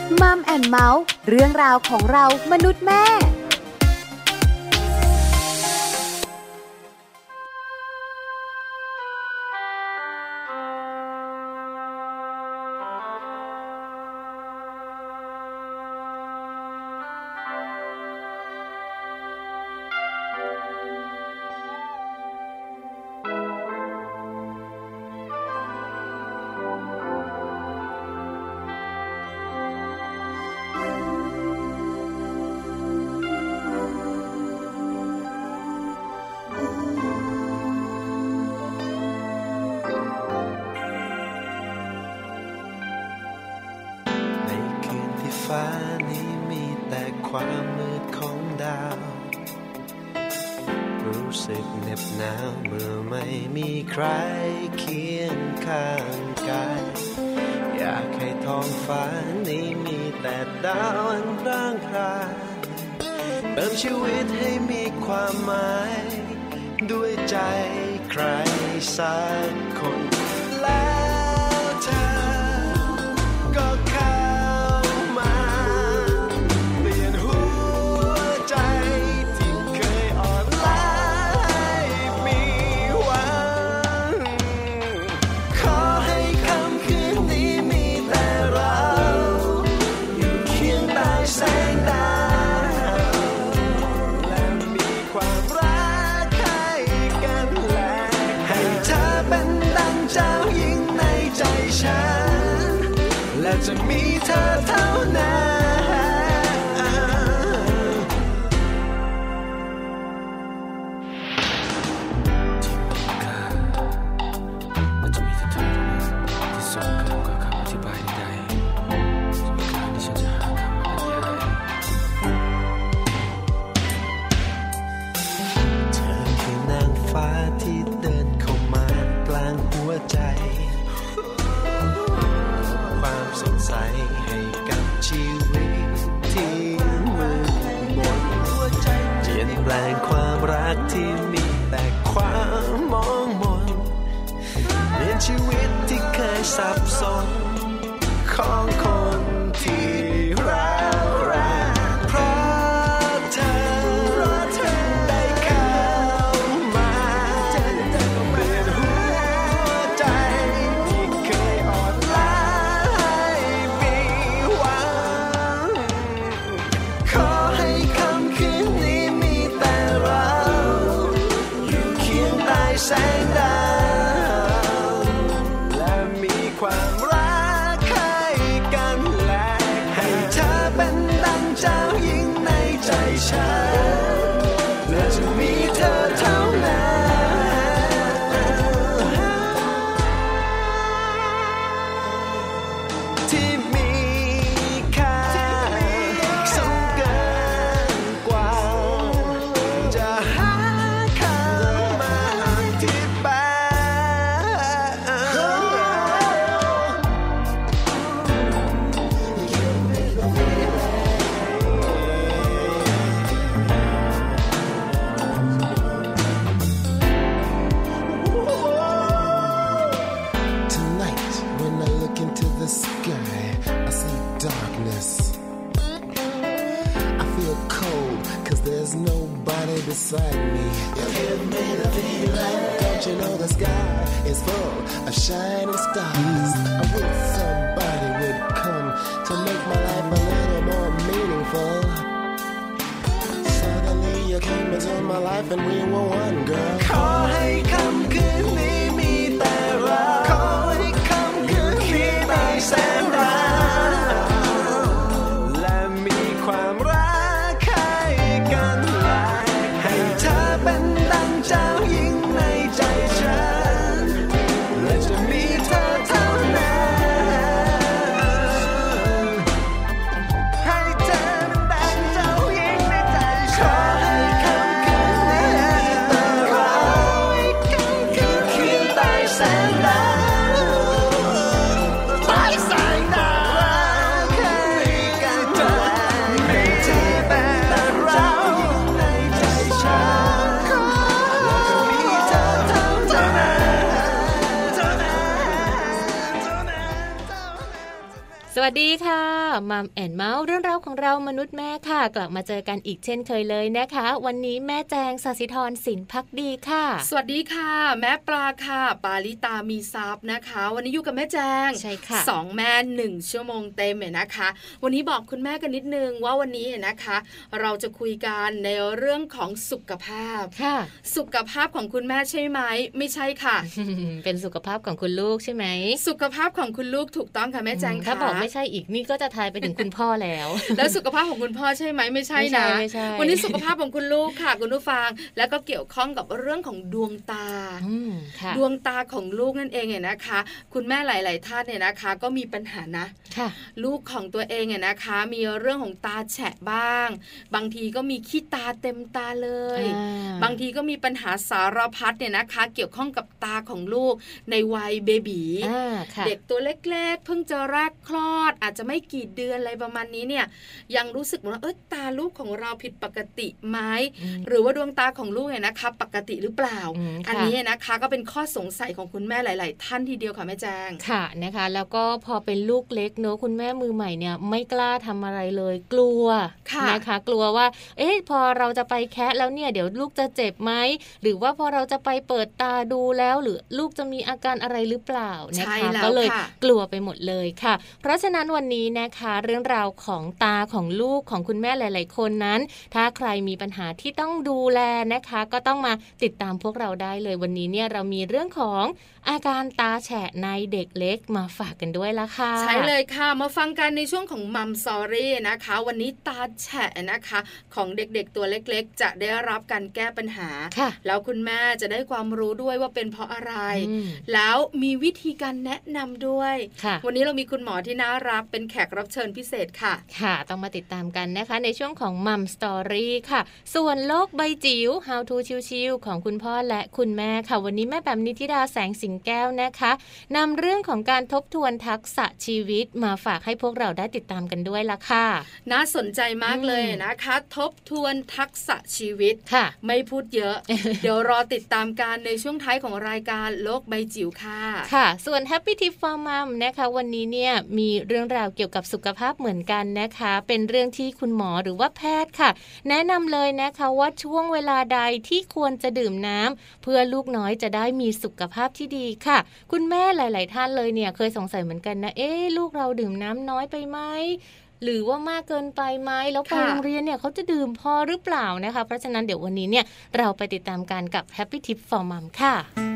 มัมแอนด์เมาส์เรื่องราวของเรามนุษย์แม่ฟ้านี้มีแต่ความมืดของดาวรู้สึกเหน็บหนาวเมื่อไม่มีใครเคียงข้างกายอยากให้ท้องฟ้านี้มีแต่ดาวอันร่างพรายเติมชีวิตให้มีความหมายด้วยใจใครสักคนแล้วเธอก็เข้าจะมีเธอเท่านั้นที่มีค่าและจะมีแต่เธอที่สูงเกินกว่าคำอธิบายใดๆจะมีค่าที่ฉันจะหาคำบรรยายเธอคือนางฟ้าที่เดินเข้ามากลางหัวใจสดใสให้กับชีวิตที่มืดมนเปลี่ยนแปลงความรักที่มีแต่ความมองมนเปลี่ยนชีวิตที่เคยสับสนของคนที่รักเพราะเธอได้เข้ามาเปลี่ยนหัวใจที่เคยอ่อนล้าแสงดาวและมีความรักให้กันและให้เธอเป็นดังเจ้าหญิงในใจฉันและจะมีเธอเท่านั้นที่มีค่าสูงเกินกว่าจะหาbeside me. You give me the feeling. Don't you know the sky is full of shining stars? I wish somebody would come to make my life a little more meaningful. Suddenly you came into my life and we were one, girl. ขอให้ค่ำคืนนี้มีแต่เราขอให้ค่ำคืนนี้มีแสงดาวและมีความรักให้กันเป็นดังเจ้าหญิงในใจฉันและจะมีเธอเท่านั้นให้เธอเป็นดังเจ้าหญิงในใจฉันขอให้ค่ำคืนนี้แต่เราเคียงใต้แสงดาวใต้แสงดาววัสดีค่ะมัมแอนเมาส์เรื่องราวของเรามนุษย์แม่ค่ะกลับมาเจอกันอีกเช่นเคยเลยนะคะวันนี้แม่แจงศศิธรสินภักดีค่ะสวัสดีค่ะแม่ปลาค่ะปาลิตามีซับนะคะวันนี้อยู่กับแม่แจงใช่ค่ะ 2แม่1ชั่วโมงเต็มเนี่ยนะคะวันนี้บอกคุณแม่กันนิดนึงว่าวันนี้นะคะเราจะคุยกันในเรื่องของสุขภาพค่ะสุขภาพของคุณแม่ใช่ไหมไม่ใช่ค่ะเป็นสุขภาพของคุณลูกใช่ไหมสุขภาพของคุณลูกถูกต้องค่ะแม่แจงค่ะถ้าบอกไม่ใช่อีกนี่ก็จะทายไปถึงคุณพ่อแล้วแล้วสุขภาพของคุณพ่อใช่ไหมไม่ใช่นะวันนี้สุขภาพของคุณลูกค่ะคุณผู้ฟังแล้วก็เกี่ยวข้องกับเรื่องของดวงตาดวงตาของลูกนั่นเองเนี่ยนะคะคุณแม่หลายๆท่านเนี่ยนะคะก็มีปัญหานะลูกของตัวเองเนี่ยนะคะมีเรื่องของตาแฉะบ้างบางทีก็มีขี้ตาเต็มตาเลยบางทีก็มีปัญหาสารพัดเนี่ยนะคะเกี่ยวข้องกับตาของลูกในวัยเบบีเด็กตัวเล็กๆเพิ่งจะแรกคลอดอาจจะไม่กี่เดือนอะไรประมาณนี้เนี่ยยังรู้สึกว่าตาลูกของเราผิดปกติไหมหรือว่าดวงตาของลูกเนี่ยนะคะปกติหรือเปล่าอันนี้นะคะก็เป็นข้อสงสัยของคุณแม่หลายๆท่านทีเดียวค่ะแม่แจงค่ะนะคะแล้วก็พอเป็นลูกเล็กเนอะคุณแม่มือใหม่เนี่ยไม่กล้าทำอะไรเลยกลัวนะคะกลัวว่าพอเราจะไปแคะแล้วเนี่ยเดี๋ยวลูกจะเจ็บไหมหรือว่าพอเราจะไปเปิดตาดูแล้วหรือลูกจะมีอาการอะไรหรือเปล่านะคะก็เลยกลัวไปหมดเลยค่ะเพราะฉะนั้นวันนี้นะคะเรื่องราวของตาของลูกของคุณแม่หลายๆคนนั้นถ้าใครมีปัญหาที่ต้องดูแลนะคะก็ต้องมาติดตามพวกเราได้เลยวันนี้เนี่ยเรามีเรื่องของอาการตาแฉะในเด็กเล็กมาฝากกันด้วยละค่ะใช่เลยค่ะมาฟังกันในช่วงของมัมซอรี่นะคะวันนี้ตาแฉะนะคะของเด็กๆตัวเล็กๆจะได้รับการแก้ปัญหาแล้วคุณแม่จะได้ความรู้ด้วยว่าเป็นเพราะอะไรแล้วมีวิธีการแนะนำด้วยวันนี้เรามีคุณหมอที่น่ารักเป็นแขกรับเชิญพิเศษค่ะค่ะต้องมาติดตามกันนะคะในช่วงของมัมสตอรี่ค่ะส่วนโลกใบจิ๋ว How to ชิวๆของคุณพ่อและคุณแม่ค่ะวันนี้แม่แปมนิธิดาแสงสิงแก้วนะคะนำเรื่องของการทบทวนทักษะชีวิตมาฝากให้พวกเราได้ติดตามกันด้วยละค่ะน่าสนใจมากเลยนะคะทบทวนทักษะชีวิตไม่พูดเยอะ เดี๋ยวรอติดตามกันในช่วงท้ายของรายการโลกใบจิ๋วค่ะค่ะส่วน Happy Tip for Mom นะคะวันนี้เนี่ยมีเรื่องราวเกี่ยวกับสุขภาพเหมือนกันนะคะเป็นเรื่องที่คุณหมอหรือว่าแพทย์ค่ะแนะนำเลยนะคะว่าช่วงเวลาใดที่ควรจะดื่มน้ำเพื่อลูกน้อยจะได้มีสุขภาพที่ดีค่ะคุณแม่หลายๆท่านเลยเนี่ยเคยสงสัยเหมือนกันนะลูกเราดื่มน้ำน้อยไปไหมหรือว่ามากเกินไปไหมแล้วไปโรงเรียนเนี่ยเขาจะดื่มพอหรือเปล่านะคะเพราะฉะนั้นเดี๋ยววันนี้เนี่ยเราไปติดตามกันกับ Happy Tip for Mom ค่ะ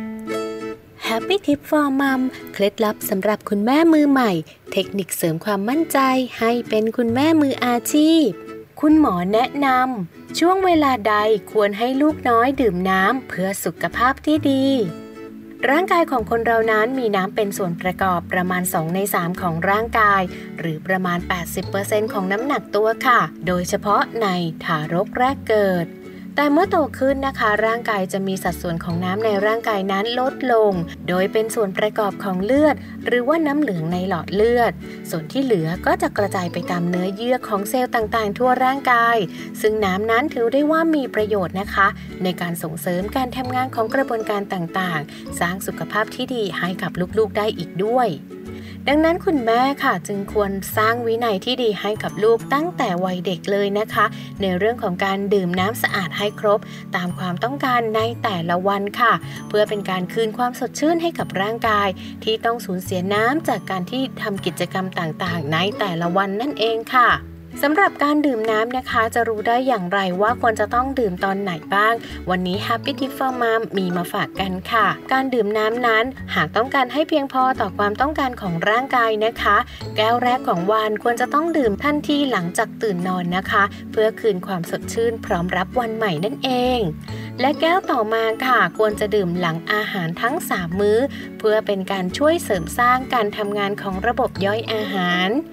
Happy Tip for Mom เคล็ดลับสำหรับคุณแม่มือใหม่เทคนิคเสริมความมั่นใจให้เป็นคุณแม่มืออาชีพคุณหมอแนะนำช่วงเวลาใดควรให้ลูกน้อยดื่มน้ำเพื่อสุขภาพที่ดีร่างกายของคนเรานั้นมีน้ำเป็นส่วนประกอบประมาณ2ใน3ของร่างกายหรือประมาณ 80% ของน้ำหนักตัวค่ะโดยเฉพาะในทารกแรกเกิดแต่เมื่อโตขึ้นนะคะร่างกายจะมีสัดส่วนของน้ำในร่างกายนั้นลดลงโดยเป็นส่วนประกอบของเลือดหรือว่าน้ำเหลืองในหลอดเลือดส่วนที่เหลือก็จะกระจายไปตามเนื้อเยื่อของเซลล์ต่างๆทั่วร่างกายซึ่งน้ำนั้นถือได้ว่ามีประโยชน์นะคะในการส่งเสริมการทำงานของกระบวนการต่างๆสร้างสุขภาพที่ดีให้กับลูกๆได้อีกด้วยดังนั้นคุณแม่ค่ะจึงควรสร้างวินัยที่ดีให้กับลูกตั้งแต่วัยเด็กเลยนะคะในเรื่องของการดื่มน้ำสะอาดให้ครบตามความต้องการในแต่ละวันค่ะเพื่อเป็นการคืนความสดชื่นให้กับร่างกายที่ต้องสูญเสียน้ำจากการที่ทำกิจกรรมต่างๆในแต่ละวันนั่นเองค่ะสำหรับการดื่มน้ำนะคะจะรู้ได้อย่างไรว่าควรจะต้องดื่มตอนไหนบ้างวันนี้ Happy Tip for Mom มีมาฝากกันค่ะการดื่มน้ำนั้นหากต้องการให้เพียงพอต่อความต้องการของร่างกายนะคะแก้วแรกของวันควรจะต้องดื่มทันทีหลังจากตื่นนอนนะคะเพื่อคืนความสดชื่นพร้อมรับวันใหม่นั่นเองและแก้วต่อมาค่ะควรจะดื่มหลังอาหารทั้ง3มื้อเพื่อเป็นการช่วยเสริมสร้างการทำงานของระบบย่อยอาหาร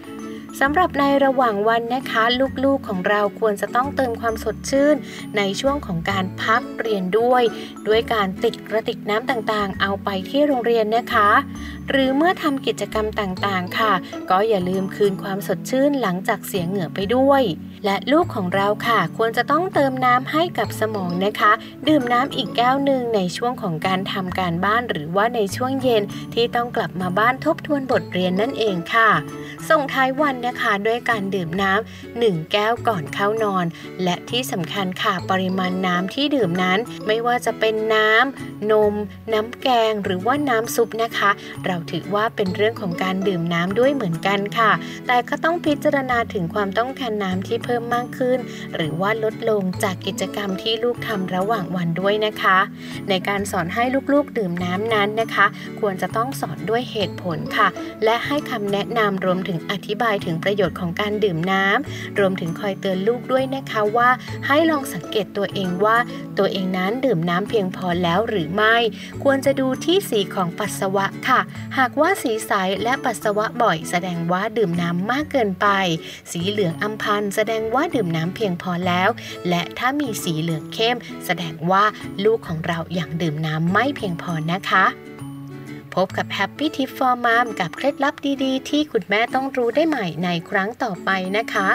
สำหรับในระหว่างวันนะคะลูกๆของเราควรจะต้องเติมความสดชื่นในช่วงของการพักเรียนด้วยการติดกระติกน้ำต่างๆเอาไปที่โรงเรียนนะคะหรือเมื่อทำกิจกรรมต่างๆค่ะก็อย่าลืมคืนความสดชื่นหลังจากเสียเหงื่อไปด้วยและลูกของเราค่ะควรจะต้องเติมน้ำให้กับสมองนะคะดื่มน้ำอีกแก้วนึงในช่วงของการทำการบ้านหรือว่าในช่วงเย็นที่ต้องกลับมาบ้านทบทวนบทเรียนนั่นเองค่ะส่งท้ายวันนะคะด้วยการดื่มน้ำ1แก้วก่อนเข้านอนและที่สำคัญค่ะปริมาณน้ำที่ดื่มนั้นไม่ว่าจะเป็นน้ำนมน้ำแกงหรือว่าน้ำซุปนะคะเราถือว่าเป็นเรื่องของการดื่มน้ำด้วยเหมือนกันค่ะแต่ก็ต้องพิจารณาถึงความต้องการน้ำที่เพิ่มมากขึ้นหรือว่าลดลงจากกิจกรรมที่ลูกทำระหว่างวันด้วยนะคะในการสอนให้ลูกๆดื่มน้ำนั้นนะคะควรจะต้องสอนด้วยเหตุผลค่ะและให้คำแนะนำรวมถึงอธิบายถึงประโยชน์ของการดื่มน้ำรวมถึงคอยเตือนลูกด้วยนะคะว่าให้ลองสังเกตตัวเองว่าตัวเองนั้นดื่มน้ำเพียงพอแล้วหรือไม่ควรจะดูที่สีของปัสสาวะค่ะหากว่าสีใสและปัสสาวะบ่อยแสดงว่าดื่มน้ำมากเกินไปสีเหลืองอำพันแสดงว่าดื่มน้ำเพียงพอแล้วและถ้ามีสีเหลืองเข้มแสดงว่าลูกของเรายังดื่มน้ำไม่เพียงพอนะคะพบกับ Happy Tip for Mom กับเคล็ดลับดีๆที่คุณแม่ต้องรู้ได้ใหม่ในครั้งต่อไปนะคะ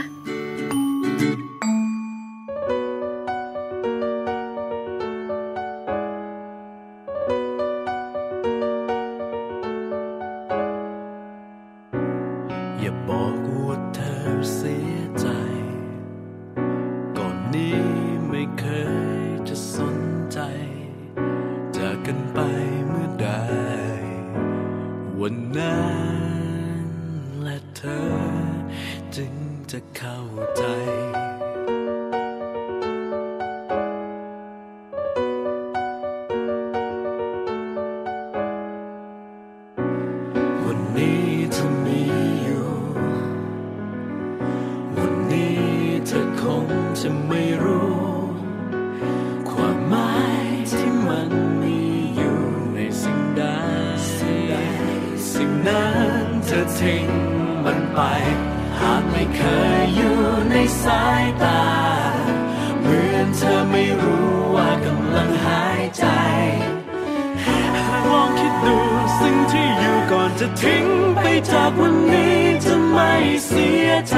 อย่าบอกว่าเธอเสียใจก่อนนี้ไม่เคยจะสนใจจากกันไปเมื่อใดวันนั้นและเธอจึงจะเข้าใจวันนี้เธอมีอยู่วันนี้เธอคงจะไม่รู้ความหมายที่มันมีอยู่ในสิ่งใดสิ่งนั้นเธอทิ้งมันไปหากไม่เคยอยู่ในสายตาเหมือนเธอไม่รู้ว่ากำลังหายใจลองคิดดูสิ่งที่อยู่ก่อนจะทิ้งไปจากวันนี้จะไม่เสียใจ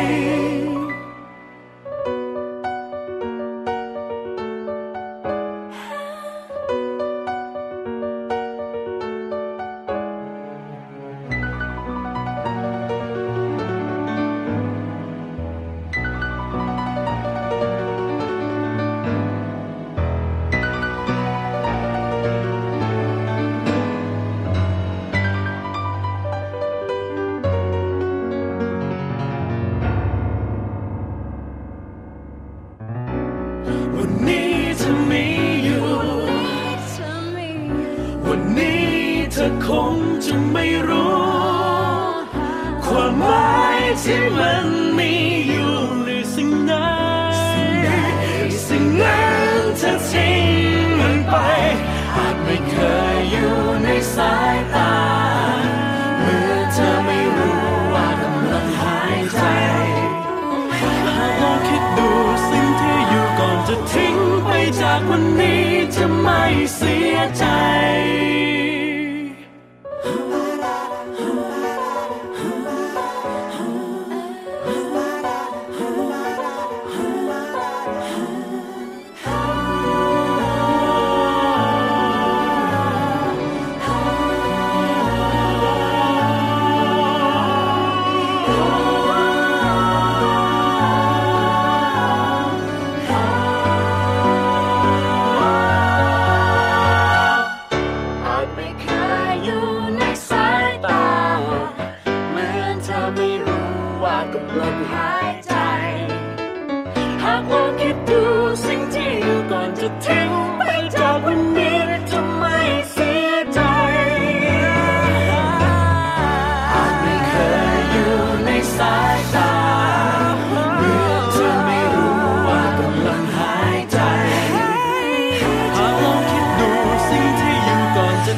วันนี้เธอมีอยู่วันนี้เธอคงจะไม่รู้ความหมายที่มันมีอยู่ในสิ่งนั้นสิ่งนั้นเธอทิ้งมันไปอาจไม่เคยอยู่ในสายตาเมื่อเธอไม่รู้ว่ากำลังหายใจลองคิดดูสิ่งที่อยู่ก่อนจะทิ้งไปจากวันนี้จะไม่เสียใจ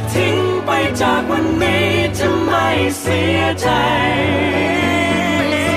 จากวันนี้จะไม่เสียใจ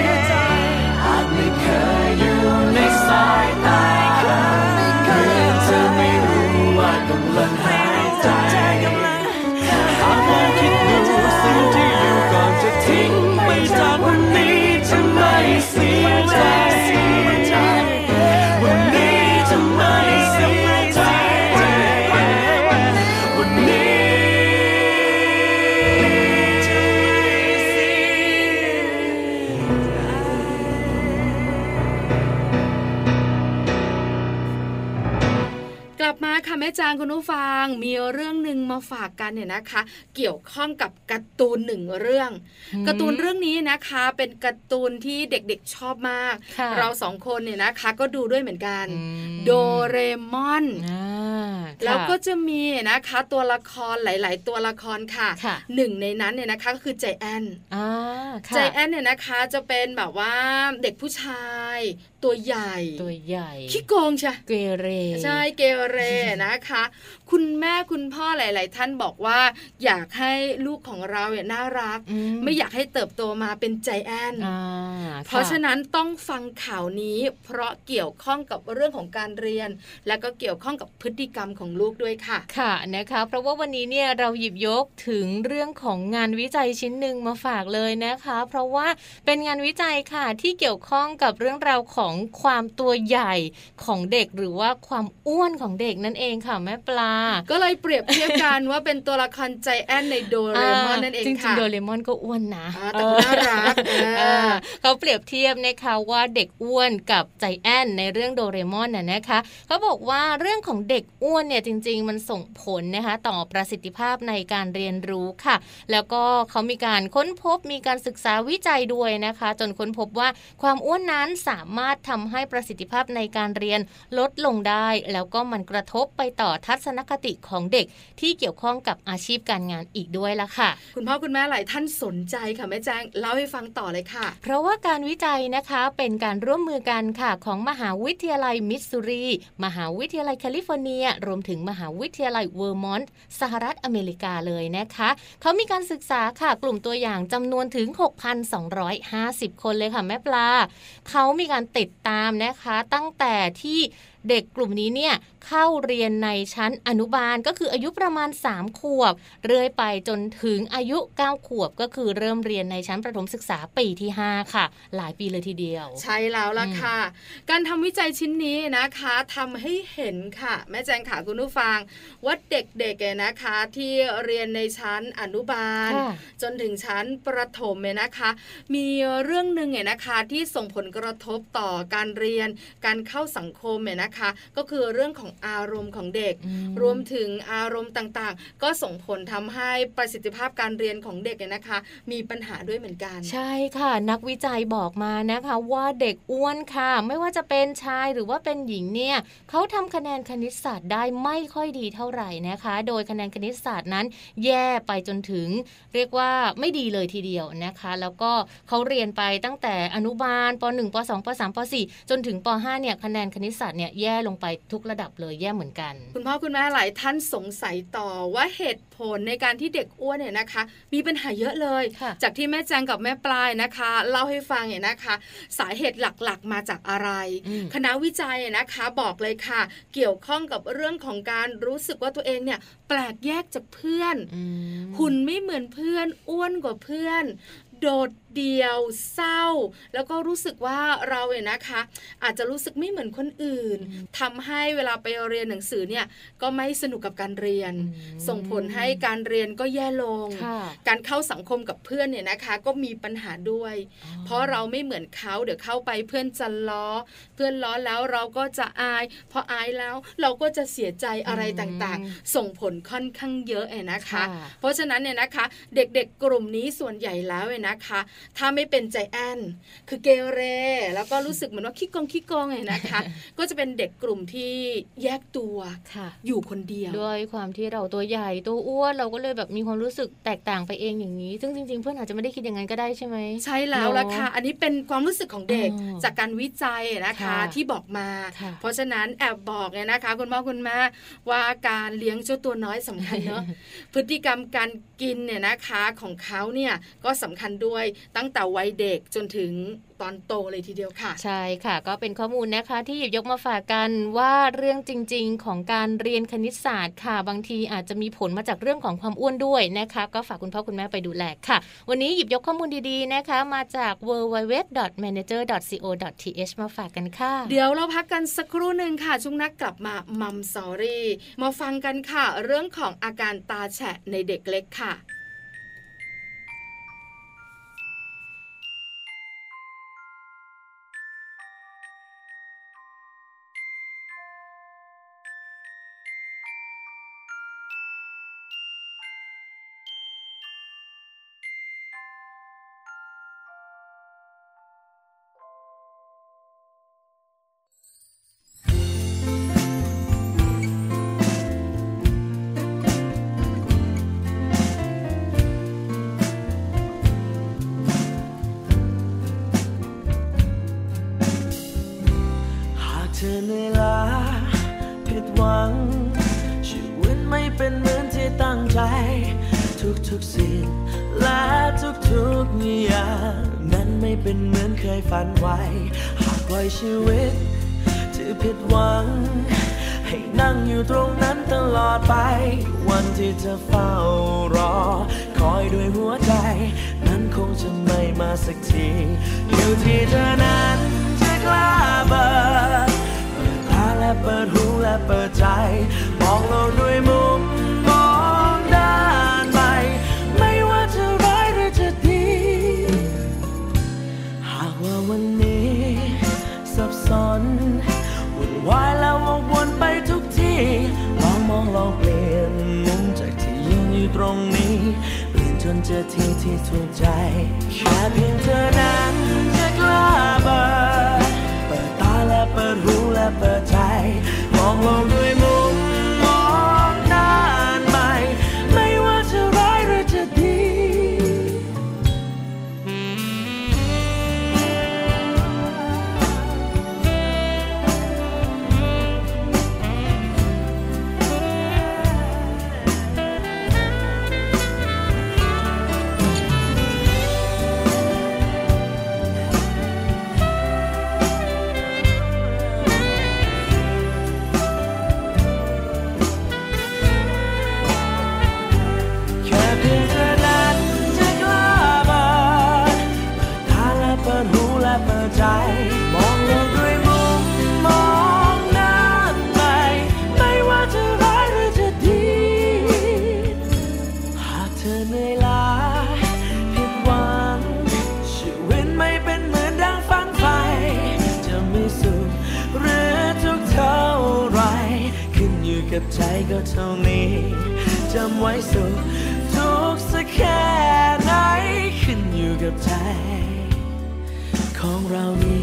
แม่จางคุณผู้ฟังมีเรื่องนึงมาฝากกันเนี่ยนะคะเกี่ยวข้องกับการ์ตูนหนึ่งเรื่องการ์ตูนเรื่องนี้นะคะเป็นการ์ตูนที่เด็กๆชอบมากเราสองคนเนี่ยนะคะก็ดูด้วยเหมือนกันโดเรมอนแล้วก็จะมีนะคะตัวละครหลายๆตัวละครค่ะหนึ่งในนั้นเนี่ยนะคะก็คือใจแอนใจแอนเนี่ยนะคะจะเป็นแบบว่าเด็กผู้ชายตัวใหญ่ขี้โกงใช่เกเรใช่เกเรนะคะคุณแม่คุณพ่อหลายๆท่านบอกว่าอยากให้ลูกของเราเนี่ยน่ารักไม่อยากให้เติบโตมาเป็นใจแอนเพราะฉะนั้นต้องฟังข่าวนี้เพราะเกี่ยวข้องกับเรื่องของการเรียนและก็เกี่ยวข้องกับพฤติกรรมของลูกด้วยค่ะค่ะนะคะเพราะว่าวันนี้เนี่ยเราหยิบยกถึงเรื่องของงานวิจัยชิ้นหนึ่งมาฝากเลยนะคะเพราะว่าเป็นงานวิจัยค่ะที่เกี่ยวข้องกับเรื่องราวของความตัวใหญ่ของเด็กหรือว่าความอ้วนของเด็กนั่นเองค่ะแม่ปลาก็เลยเปรียบเทียบกันว่าเป็นตัวละครใจแอนในโดเรมอนนั่นเองค่ะจริงๆโดเรมอนก็อ้วนนะแต่น่ารักเขาเปรียบเทียบนะคะว่าเด็กอ้วนกับใจแอนในเรื่องโดเรมอนน่ะนะคะเขาบอกว่าเรื่องของเด็กอ้วนเนี่ยจริงๆมันส่งผลนะคะต่อประสิทธิภาพในการเรียนรู้ค่ะแล้วก็เขามีการค้นพบมีการศึกษาวิจัยด้วยนะคะจนค้นพบว่าความอ้วนนั้นสามารถทำให้ประสิทธิภาพในการเรียนลดลงได้แล้วก็มันกระทบไปต่อทัศนคติของเด็กที่เกี่ยวข้องกับอาชีพการงานอีกด้วยละค่ะคุณพ่อคุณแม่หลายท่านสนใจค่ะแม่แจ้งเล่าให้ฟังต่อเลยค่ะเพราะว่าการวิจัยนะคะเป็นการร่วมมือกันค่ะของมหาวิทยาลัยมิสซูรีมหาวิทยาลัยแคลิฟอร์เนียรวมถึงมหาวิทยาลัยเวอร์มอนต์สหรัฐอเมริกาเลยนะคะเขามีการศึกษาค่ะกลุ่มตัวอย่างจำนวนถึง 6,250 คนเลยค่ะแม่ปลาเขามีการติดตามนะคะตั้งแต่ที่เด็กกลุ่มนี้เนี่ยเข้าเรียนในชั้นอนุบาลก็คืออายุประมาณ3ขวบเรื่อยไปจนถึงอายุ9ขวบก็คือเริ่มเรียนในชั้นประถมศึกษาปีที่5ค่ะหลายปีเลยทีเดียวใช่แล้วล่ะค่ะการทำวิจัยชิ้นนี้นะคะทำให้เห็นค่ะแม่แจงค่ะคุณผู้ฟังว่าเด็กๆนะคะที่เรียนในชั้นอนุบาลจนถึงชั้นประถมเนี่ยนะคะมีเรื่องนึงเนี่ยนะคะที่ส่งผลกระทบต่อการเรียนการเข้าสังคมเนี่ยนะคะก็คือเรื่องของอารมณ์ของเด็กรวมถึงอารมณ์ต่างๆก็ส่งผลทำให้ประสิทธิภาพการเรียนของเด็กเนี่ยนะคะมีปัญหาด้วยเหมือนกันใช่ค่ะนักวิจัยบอกมานะคะว่าเด็กอ้วนค่ะไม่ว่าจะเป็นชายหรือว่าเป็นหญิงเนี่ยเขาทำคะแนนคณิตศาสตร์ได้ไม่ค่อยดีเท่าไหร่นะคะโดยคะแนนคณิตศาสตร์นั้นแย่ไปจนถึงเรียกว่าไม่ดีเลยทีเดียวนะคะแล้วก็เขาเรียนไปตั้งแต่อนุบาลป.1 ป.2 ป.3 ป.4 จนถึงป.5 เนี่ยคะแนนคณิตศาสตร์เนี่ยแย่ลงไปทุกระดับเลยแย่เหมือนกันคุณพ่อคุณแม่หลายท่านสงสัยต่อว่าเหตุผลในการที่เด็กอ้วนเนี่ยนะคะมีปัญหาเยอะเลยจากที่แม่แจงกับแม่ปลายนะคะเล่าให้ฟังเนี่ยนะคะสาเหตุหลักๆมาจากอะไรคณะวิจัยนะคะบอกเลยค่ะเกี่ยวข้องกับเรื่องของการรู้สึกว่าตัวเองเนี่ยแปลกแยกจากเพื่อนหุ่นไม่เหมือนเพื่อนอ้วนกว่าเพื่อนโดดเดี่ยวเศร้าแล้วก็รู้สึกว่าเราเนี่ยนะคะอาจจะรู้สึกไม่เหมือนคนอื่นทำให้เวลาไปเรียนหนังสือเนี่ยก็ไม่สนุกกับการเรียนส่งผลให้การเรียนก็แย่ลงการเข้าสังคมกับเพื่อนเนี่ยนะคะก็มีปัญหาด้วยเพราะเราไม่เหมือนเขาเดี๋ยวเข้าไปเพื่อนจะล้อเพื่อนล้อแล้วเราก็จะอายพออายแล้วเราก็จะเสียใจอะไรต่างๆส่งผลค่อนข้างเยอะนะคะเพราะฉะนั้นเนี่ยนะคะเด็กๆกลุ่มนี้ส่วนใหญ่แล้วนะคะถ้าไม่เป็นใจแอนคือเกเรแล้วก็รู้สึกเหมือนว่าขี้โกงไงนะคะก็จะเป็นเด็กกลุ่มที่แยกตัวอยู่คนเดียวด้วยความที่เราตัวใหญ่ตัวอ้วนเราก็เลยแบบมีความรู้สึกแตกต่างไปเองอย่างนี้ซึ่งจริงๆเพื่อนอาจจะไม่ได้คิดอย่างนั้นก็ได้ใช่ไหมใช่แล้วล่ะค่ะอันนี้เป็นความรู้สึกของเด็กจากการวิจัยนะคะที่บอกมาเพราะฉะนั้นแอบบอกเนี่ยนะคะคุณพ่อคุณแม่ว่าการเลี้ยงเจ้าตัวน้อยสำคัญเนอะ พฤติกรรมการกินเนี่ยนะคะของเขาเนี่ยก็สำคัญด้วยตั้งแต่วัยเด็กจนถึงตอนโตเลยทีเดียวค่ะใช่ค่ะก็เป็นข้อมูลนะคะที่หยิบยกมาฝากกันว่าเรื่องจริงๆของการเรียนคณิตศาสตร์ค่ะบางทีอาจจะมีผลมาจากเรื่องของความอ้วนด้วยนะคะก็ฝากคุณพ่อคุณแม่ไปดูแลค่ะวันนี้หยิบยกข้อมูลดีๆนะคะมาจาก www.manager.co.th มาฝากกันค่ะเดี๋ยวเราพักกันสักครู่นึงค่ะช่วงนักกลับมามัมสอรี่มาฟังกันค่ะเรื่องของอาการตาแฉะในเด็กเล็กค่ะเธอเหนื่อยล้าผิดหวังชีวิตไม่เป็นเหมือนที่ตั้งใจทุกสิ่งและทุกอย่างนั้นไม่เป็นเหมือนเคยฝันไว้หากปล่อยชีวิตที่ผิดหวังให้นั่งอยู่ตรงนั้นตลอดไปวันที่เธอเฝ้ารอคอยด้วยหัวใจนั้นคงจะไม่มาสักทีอยู่ที่เธอนั้นจะกล้าเปิดตาและเปิดหูและเปิดใจมองโลกด้วยมุมมองด้านใหม่ไม่ว่าจะร้ายหรือจะดีหากว่าวันนี้สับสนวุ่นวายแล้ววกวนไปทุกที่ลองมองลองเปลี่ยนมุมจากที่ยืนอยู่ตรงนี้เปลี่ยนจนเจอที่ที่ถูกใจแค่เพียงเธอนั้นจะกล้าเปิดตาและเปิดหูและเปิดใจมองโลกด้วยมุมมองด้านใหม่ไม่ว่าจะร้ายหรือจะดีมองโลกด้วยมุมมองด้านใหม่ไม่ว่าจะร้ายหรือจะดีหากเธอเหนื่อยล้าผิดหวังชีวิตไม่เป็นเหมือนดังฝันใฝ่จะมีสุขหรือทุกข์เท่าไรขึ้นอยู่กับใจก็เท่านี้จำไว้สุขทุกข์สักแค่ไหนขึ้นอยู่กับใจของเรานี้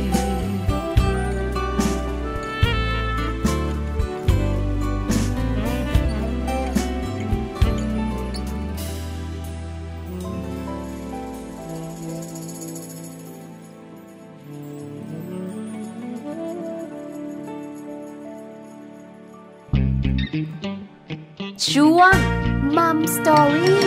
ช่วงมัมสตอรี่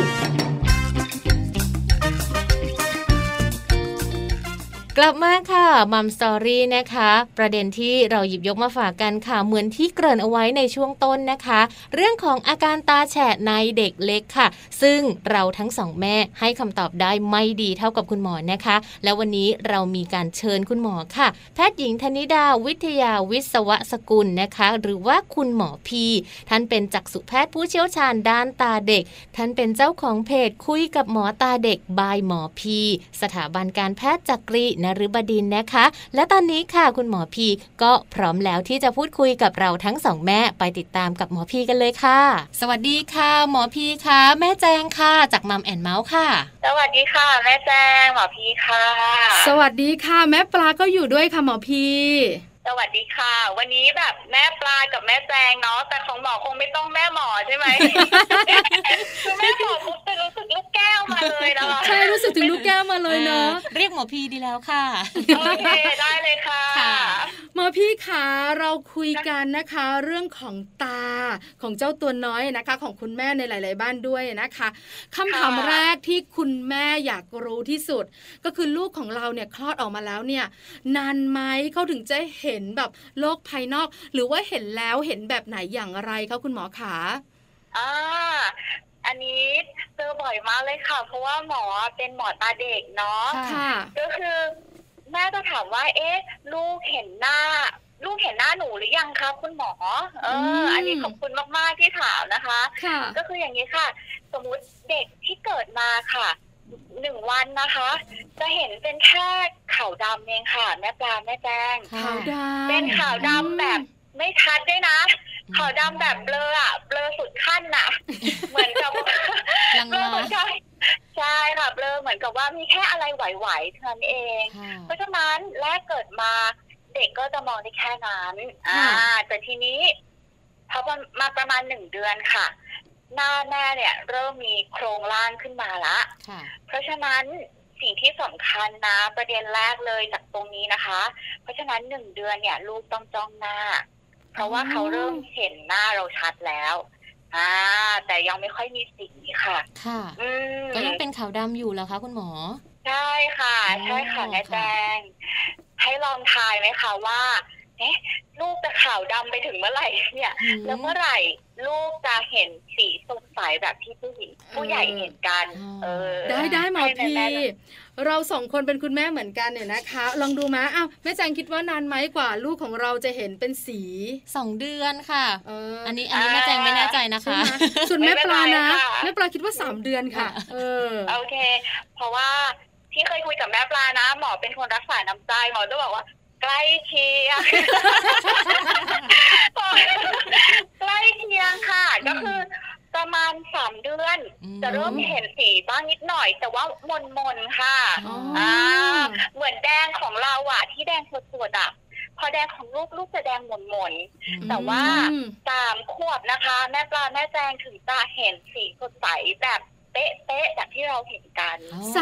กลับมาค่ะมัมสตอรี่นะคะประเด็นที่เราหยิบยกมาฝากกันค่ะเหมือนที่เกริ่นเอาไว้ในช่วงต้นนะคะเรื่องของอาการตาแฉะในเด็กเล็กค่ะซึ่งเราทั้งสองแม่ให้คำตอบได้ไม่ดีเท่ากับคุณหมอนะคะแล้ววันนี้เรามีการเชิญคุณหมอค่ะแพทย์หญิงธนิดาวิทยาวิศวสกุลนะคะหรือว่าคุณหมอพีท่านเป็นจักษุแพทย์ผู้เชี่ยวชาญด้านตาเด็กท่านเป็นเจ้าของเพจคุยกับหมอตาเด็กบายหมอพีสถาบันการแพทย์จักรีนฤบดินทร์นะคะและตอนนี้ค่ะคุณหมอพีก็พร้อมแล้วที่จะพูดคุยกับเราทั้งสองแม่ไปติดตามกับหมอพีกันเลยค่ะสวัสดีค่ะหมอพีค่ะแม่แจงค่ะจากมัมแอนด์เมาส์ค่ะสวัสดีค่ะแม่แจงหมอพีค่ะสวัสดีค่ะแม่ปลาก็อยู่ด้วยค่ะหมอพีสวัสดีค่ะวันนี้แบบแม่ปลากับแม่แจงเนาะแต่ของหมอคงไม่ต้องแม่หมอใช่ไหม คือแม่หมอปุ๊บจะรู้สึกลูกแก้วมาเลยนะคะใช่รู้สึกถึงลูกแก้วมาเลยเนาะเรียกหมอพีดีแล้วค่ะโอเคได้เลยค่ะหมอพี่ขาเราคุยกันนะคะเรื่องของตาของเจ้าตัวน้อยนะคะของคุณแม่ในหลายๆบ้านด้วยนะคะคำถามแรกที่คุณแม่อยากรู้ที่สุดก็คือลูกของเราเนี่ยคลอดออกมาแล้วเนี่ยนานไหมเขาถึงจะเห็นแบบโลกภายนอกหรือว่าเห็นแล้วเห็นแบบไหนอย่างไรคะคุณหมอขาอันนี้เจอบ่อยมากเลยค่ะเพราะว่าหมอเป็นหมอตาเด็กเนาะก็คือแม่จะถามว่าลูกเห็นหน้าหนูหรือยังคะคุณหมออันนี้ขอบคุณมากๆที่ถามนะคะก็คืออย่างนี้ค่ะสมมุติเด็กที่เกิดมาค่ะ1 วันนะคะจะเห็นเป็นแค่ขาวดำเองค่ะแม่ปลาแม่แจ้งขาวดำเป็นขาวดำแบบไม่ชัดด้วยนะขาวดำแบบเบลอสุดขั้นน่ะเหมือนกับเบลอเหมือนกันใช่ค่ะเบลอเหมือนกับว่ามีแค่อะไรไหวๆเท่านั้นเองเพราะฉะนั้นแรกเกิดมาเด็กก็จะมองได้แค่นั้นแต่ทีนี้พอมาประมาณ1 เดือนค่ะหน้าแม่เนี่ยเริ่มมีโครงร่างขึ้นมาละเพราะฉะนั้นสิ่งที่สำคัญนะประเด็นแรกเลยจากตรงนี้นะคะเพราะฉะนั้น1 เดือนเนี่ยลูกต้องจ้องหน้าเพราะว่าเขาเริ่มเห็นหน้าเราชัดแล้วแต่ยังไม่ค่อยมีสีค่ะค่ะก็ยังเป็นขาวดำอยู่เหรอคะคุณหมอใช่ค่ะใช่ค่ะแม่แจงให้ลองทายไหมคะว่าลูกจะขาวดำไปถึงเมื่อไหร่เนี่ยแล้วเมื่อไหร่ลูกจะเห็นสีสดใสแบบที่ผู้ใหญ่เห็นกันได้หมอพีเรา2 คนเป็นคุณแม่เหมือนกันเนี่ยนะคะลองดูมั้ยแม่แจงคิดว่านานไหมกว่าลูกของเราจะเห็นเป็นสี 2 เดือนค่ะอันนี้แม่แจงไม่แน่ใจนะคะส่วนแม่ปลานะแม่ปลาคิดว่า3 เดือนค่ะโอเคเพราะว่าที่เคยคุยกับแม่ปลานะหมอเป็นคนรักษาน้ำใจหมอจะบอกว่าใกล้เคียงใกล้เคียงค่ะก็คือประมาณ3 เดือนจะเริ่มเห็นสีบ้างนิดหน่อยแต่ว่ามนค่ะเหมือนแดงของเราที่แดงสดๆพอแดงของลูกจะแดงมนแต่ว่า3 ขวบนะคะแม่ปลาแม่แจงถึงจะเห็นสีสดใสแบบเป๊ะๆแบบที่เราเห็นกัน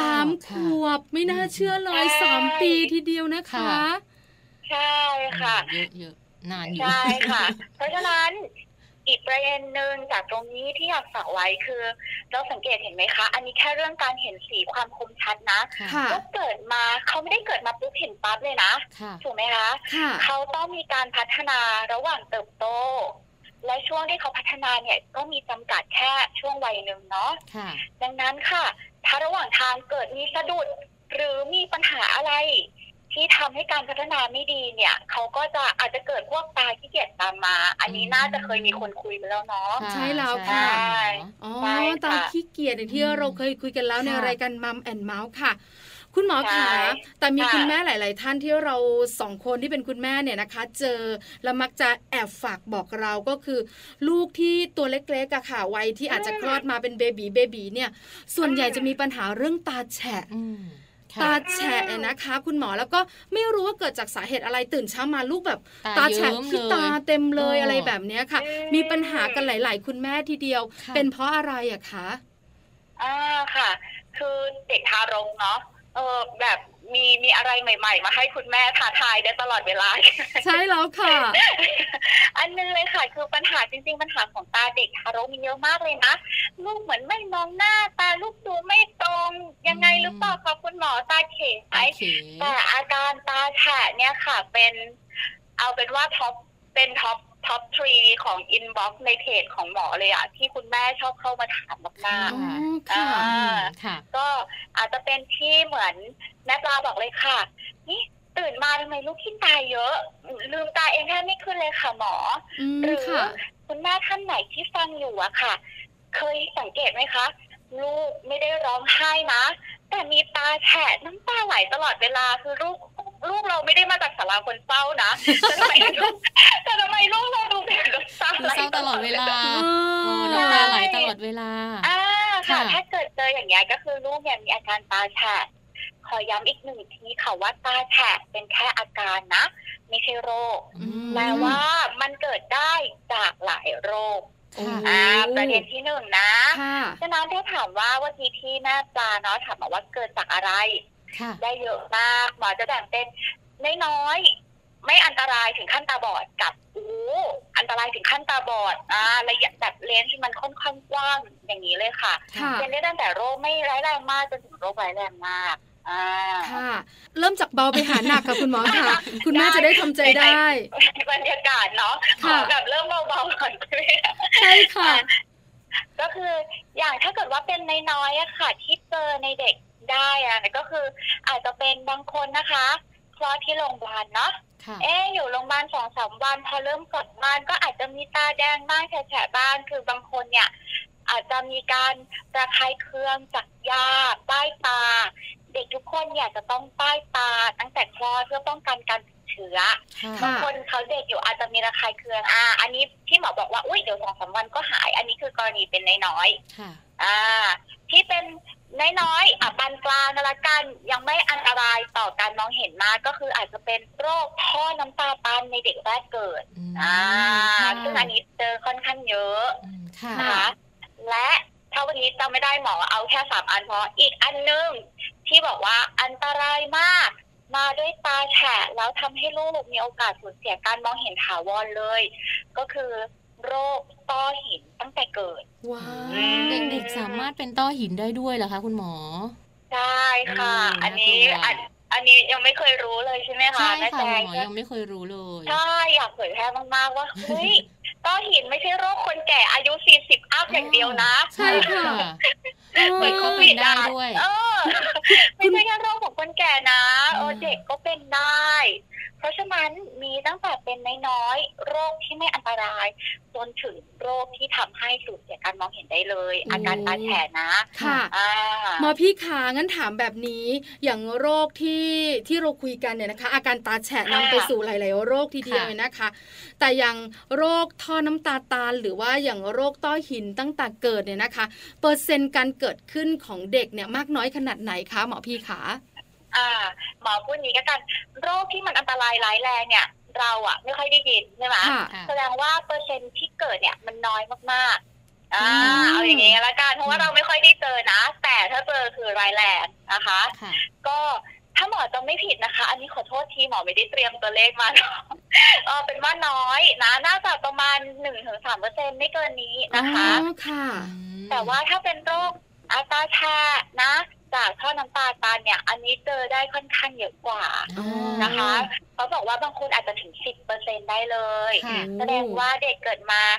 3 ขวบไม่น่าเชื่อเลย3 ปีทีเดียวนะคะใช่ค่ะเยอะนานอยู่ใช่ค่ะเพราะฉะนั้นอีกประเด็นนึงจากตรงนี้ที่อยากฝากไว้คือเราสังเกตเห็นไหมคะอันนี้แค่เรื่องการเห็นสีความคมชัดนะก็เกิดมาเขาไม่ได้เกิดมาปุ๊บเห็นปั๊บเลยนะถูกไหมคะเขาต้องมีการพัฒนาระหว่างเติบโตและช่วงที่เขาพัฒนาเนี่ยก็มีจำกัดแค่ช่วงวัยนึงเนาะดังนั้นค่ะถ้าระหว่างทางเกิดมีสะดุดหรือมีปัญหาอะไรที่ทำให้การพัฒนาไม่ดีเนี่ยเขาก็จะอาจจะเกิดพวกตาขี้เกียจตามมาอันนี้น่าจะเคยมีคนคุยไปแล้วเนาะใช่แล้วค่ะตาขี้เกียจที่เราเคยคุยกันแล้วในรายการมัมแอนด์เมาส์ค่ะคุณหมอคะแต่มีคุณแม่หลายๆท่านที่เรา2 คนที่เป็นคุณแม่เนี่ยนะคะเจอแล้วมักจะแอบฝากบอกเราก็คือลูกที่ตัวเล็กๆอะค่ะวัยที่อาจจะคลอดมาเป็นเบบีเนี่ยส่วนใหญ่จะมีปัญหาเรื่องตาแฉะตาแฉะนะคะคุณหมอแล้วก็ไม่รู้ว่าเกิดจากสาเหตุอะไรตื่นเช้ามาลูกแบบตาแฉะที่ตาเต็มเลยอะไรแบบนี้ค่ะมีปัญหากันหลายๆคุณแม่ทีเดียวเป็นเพราะอะไรอะคะค่ะคือเด็กทารกเนาะแบบมีอะไรใหม่ๆมาให้คุณแม่ท้าทายได้ตลอดเวลาใช่แล้วค่ะอันนึงเลยค่ะคือปัญหาจริงๆปัญหาของตาเด็กทารกมีเยอะมากเลยนะลูกเหมือนไม่มองหน้าตาลูกดูไม่ตรงยังไงหรือเปล่าคะคุณหมอตาเขยแต่อาการตาแฉะเนี่ยค่ะเอาเป็นว่าท็อป3ของอินบ็อกซ์ในเพจของหมอเลยที่คุณแม่ชอบเข้ามาถามมากๆก็อาจจะเป็นที่เหมือนแม่ปลาบอกเลยค่ะนี่ตื่นมาทำไมลูกขี้ตาเยอะลืมตาเองแทบไม่ขึ้นเลยค่ะหมอหรือคุณแม่ท่านไหนที่ฟังอยู่ค่ะเคยสังเกตไหมคะลูกไม่ได้ร้องไห้นะแต่มีตาแฉะน้ำตาไหลตลอดเวลาคือลูกเราไม่ได้มาจากศาลาคนเศร้านะแต่ทำไมลูกเราดูแบบน้ำตาไหลตลอดเวลาน้ำตาไหลตลอดเวลาค่ะถ้าเกิดเจออย่างเงี้ยก็คือลูกเนี่ยมีอาการตาแฉะขอย้ำอีก1 ทีค่ะว่าตาแฉะเป็นแค่อาการนะไม่ใช่โรคแปลว่ามันเกิดได้จากหลายโรคประเด็นที่1นะฉะนั้นถ้าถามว่าวันที่แม่ปลาเนาะถามมาว่าเกิดจากอะไรได้เยอะมากหมอจะแบ่งเป็นน้อยไม่อันตรายถึงขั้นตาบอดกับอันตรายถึงขั้นตาบอดระยะแบบเลนส์ที่มันค่อนข้างกว้างอย่างนี้เลยค่ะเป็นได้ตั้งแต่โรคไม่ร้ายแรงมากจนถึงโรคร้ายแรงมากค่ะเริ่มจากเบาไปหาหนักค่ะคุณหมอค่ะคุณแม่จะได้ทำใจได้บรรยากาศเนาะแบบเริ่มเบาๆก่อนใช่ค่ะก็คืออย่างถ้าเกิดว่าเป็นน้อยๆค่ะที่เจอในเด็กได้ก็คืออาจจะเป็นบางคนนะคะคลอดที่โรงพยาบาลเนาะอยู่โรงพยาบาล 2-3 วันพอเริ่มกลับบ้านก็อาจจะมีตาแดงบ้างแฉะๆบ้างคือบางคนเนี่ยอาจจะมีการระคายเคืองจากยาป้ายตาเด็กทุกคนเนี่ยจะต้องป้ายตาตั้งแต่คลอดเพื่อป้องกันการติดเชื้อบางคนเขาเด็กอยู่อาจจะมีระคายเคืองอันนี้ที่หมอบอกว่าเดี๋ยว 2-3 วันก็หายอันนี้คือกรณีเป็นน้อยๆที่เป็นน้อยๆปานกลางละกันยังไม่อันตรายต่อการมองเห็นมากก็คืออาจจะเป็นโรคท่อน้ำตาตันในเด็กแรกเกิดซึ่งอันนี้เจอค่อนข้างเยอะนะคะและถ้าวันนี้จำไม่ได้หมอเอาแค่3 อันพออีกอันนึงที่บอกว่าอันตรายมากมาด้วยตาแฉะแล้วทำให้ลูกมีโอกาสสูญเสียการมองเห็นถาวรเลยก็คือโรคต้อหินตั้งแต่เกิดว้าวเด็กๆสามารถเป็นต้อหินได้ด้วยเหรอคะคุณหมอใช่ค่ะอันนี้ยังไม่เคยรู้เลยใช่ไหมคะใช่ค่ะหมอยังไม่เคยรู้เลยใช่อยากเผยแพร่มากๆว่าเฮ้ยต้อหินไม่ใช่โรคคนแก่อายุ40อัพอย่างเดียวนะใช่ค่ะเหมือนโควิดได้ด้วยไม่ใช่แค่โรคของคนแก่นะเด็กก็เป็นได้เพราะฉะนั้นมีตั้งแต่เป็นน้อยๆโรคที่ไม่อันตรายจนถึงโรคที่ทำให้สูญเสียการมองเห็นได้เลยอาการตาแฉะนะค่ะหมอพี่ขางั้นถามแบบนี้อย่างโรคที่เราคุยกันเนี่ยนะคะอาการตาแฉะนำไปสู่หลายๆโรคทีเดียวเลยนะคะแต่อย่างโรคท่อน้ำตาตาลหรือว่าอย่างโรคต้อหินตั้งแต่เกิดเนี่ยนะคะเปอร์เซ็นต์การเกิดขึ้นของเด็กเนี่ยมากน้อยขนาดไหนคะหมอพี่ขาหมอพูดนี้ก็กันโรคที่มันอันตรายร้ายแรงเนี่ยเราไม่ค่อยได้ยินใช่ไหมแสดงว่าเปอร์เซ็นต์ที่เกิดเนี่ยมันน้อยมากๆเอาอย่างนี้ละกันเพราะว่าเราไม่ค่อยได้เจอนะแต่ถ้าเจอคือร้ายแรงนะคะก็ถ้าหมอจะไม่ผิดนะคะอันนี้ขอโทษทีหมอไม่ได้เตรียมตัวเลขมาเป็นว่าน้อยนะน่าจะประมาณ 1-3% ไม่เกินนี้นะคะแต่ว่าถ้าเป็นโรคตาแฉะนะจากท่อน้ำตาตาลเนี่ยอันนี้เจอได้ค่อนข้างเยอะกว่านะคะเขาบอกว่าบางคนอาจจะถึง 10% ได้เลยแสดงว่าเด็กเกิดมา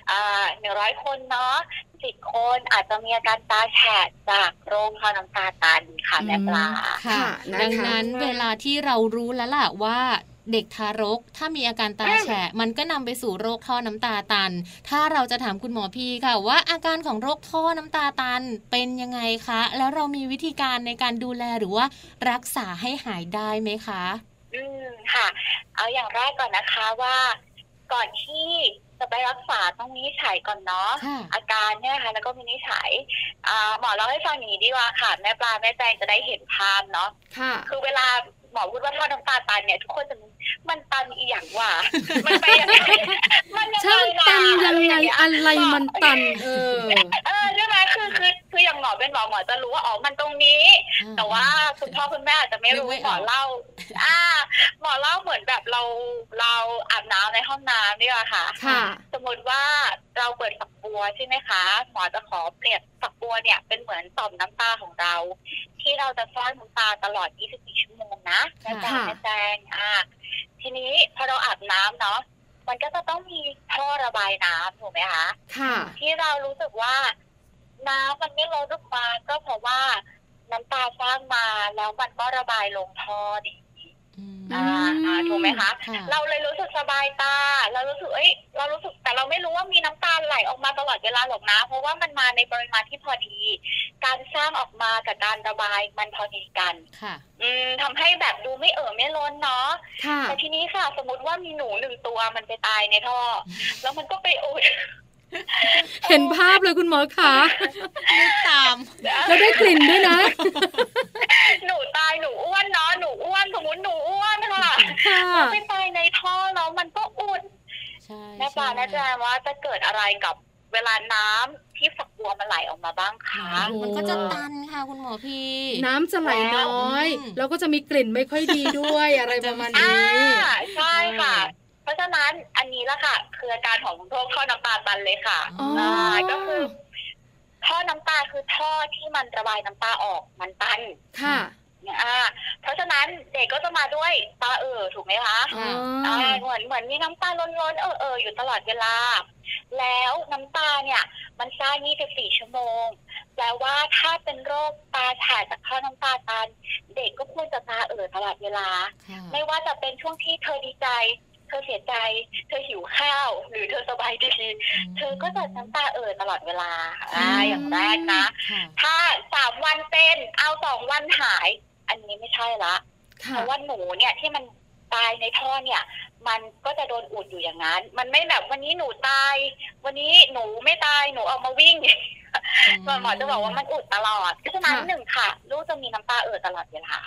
100 คนเนาะ10 คนอาจจะมีอาการตาแฉะจากโรคท่อน้ำตาตาลค่ะแม่ปลาค่ะดังนั้นเวลาที่เรารู้แล้วล่ะว่าเด็กทารกถ้ามีอาการตาแฉะมันก็นำไปสู่โรคท่อน้ำตาตันถ้าเราจะถามคุณหมอพี่ค่ะว่าอาการของโรคท่อน้ำตาตันเป็นยังไงคะแล้วเรามีวิธีการในการดูแลหรือว่ารักษาให้หายได้ไหมคะค่ะเอาอย่างแรกก่อนนะคะว่าก่อนที่จะไปรักษาต้องวินิจฉัยก่อนเนาะอาการเนี่ยค่ะแล้วก็วินิจฉัยหมอเล่าให้ฟังอย่างนี้ดีกว่าค่ะแม่ปลาแม่แจงจะได้เห็นภาพเนาะคือเวลาหมอพูดว่าท่อน้ำตาตันเนี่ยทุกคนจะมันตันอีหยังวะมันไปยังไงมันยังไงตันยังไงอะไรมันตันใช่ไหมคืออย่างหมอเป็นหมอจะรู้ว่ามันตรงนี้แต่ว่าคุณพ่อคุณแม่อาจจะไม่รู้หมอเล่าหมอเล่าเหมือนแบบเราอาบน้ำในห้องน้ำนี่แหละค่ะสมมติว่าเราเปิดฝักบัวใช่ไหมคะหมอจะขอเปรียบฝักบัวเนี่ยเป็นเหมือนต่อมน้ำตาของเราที่เราจะซ่อนน้ำตาตลอด24 ชั่วโมงนะแม่แจงทีนี้พอเราอาบน้ำเนาะมันก็จะต้องมีท่อระบายน้ำถูกไหมคะที่เรารู้สึกว่าน้ำมันไม่ลดออกมาก็เพราะว่าน้ำตาสร้างมาแล้วมันก็ระบายลงท่อดีถูกไหมคะเราเลยรู้สึกสบายตาเรารู้สึกเรารู้สึกแต่เราไม่รู้ว่ามีน้ำตาไหลออกมาตลอดเวลาหรอกนะเพราะว่ามันมาในปริมาณที่พอดีการสร้างออกมากับการระบายมันพอดีกันทำให้แบบดูไม่ไม่ล้นเนาะแต่ทีนี้ค่ะสมมติว่ามีหนู1 ตัวมันไปตายในท่อแล้วมันก็ไปอุดเห็นภาพเลยคุณหมอคะนึกตามแล้วได้กลิ่นด้วยนะหนูตายหนูอ้วนเนาะหนูอ้วนสมมติหนูอ้วนค่ะไปตายในท่อแล้วมันก็อุดแม่ปลาแน่ใจว่าจะเกิดอะไรกับเวลาน้ำที่ฝักบัวมันไหลออกมาบ้างคะมันก็จะตันค่ะคุณหมอพี่น้ำจะไหลน้อยแล้วก็จะมีกลิ่นไม่ค่อยดีด้วยอะไรประมาณนี้ใช่ค่ะเพราะฉะนั้นอันนี้ละค่ะคืออาการของโรคท่อน้ำตาตันเลยค่ะก็คือท่อน้ำตาคือท่อที่มันระบายน้ำตาออกมันตันค่ะเพราะฉะนั้นเด็กก็จะมาด้วยตาถูกไหมคะเหมือนมีน้ำตาล้นๆอยู่ตลอดเวลาแล้วน้ำตาเนี่ยมันสร้าง24 ชั่วโมงแปลว่าถ้าเป็นโรคตาแฉะจากท่อน้ำตาตันเด็กก็ควรจะตาตลอดเวลาไม่ว่าจะเป็นช่วงที่เธอดีใจเธอเสียใจเธอหิวข้าวหรือเธอสบายดีเธอก็จะน้ำตาตลอดเวลาอย่างแรกนะถ้า3 วันเป็นเอา2 วันหายอันนี้ไม่ใช่ละเพราะว่าหนูเนี่ยที่มันตายในท่อเนี่ยมันก็จะโดนอุดอยู่อย่างนั้นมันไม่แบบวันนี้หนูตายวันนี้หนูไม่ตายหนูออกมาวิ่งหมอจะบอกว่ามันอุดตลอดเพราะฉะนั้น1ค่ะลูกจะมีน้ำตาตลอดเวลา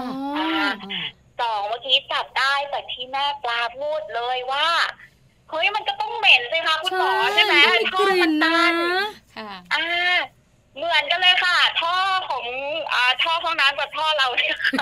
2เมื่อกี้จับได้แต่ที่แม่ปลาพูดเลยว่าเฮ้ยมันก็ต้องเหม็นสิคะคุณหมอใช่ไหมท่อมันตันเหมือนกันเลยค่ะท่อของท่อห้องน้ำกับท่อเราเนี่ยค่ะ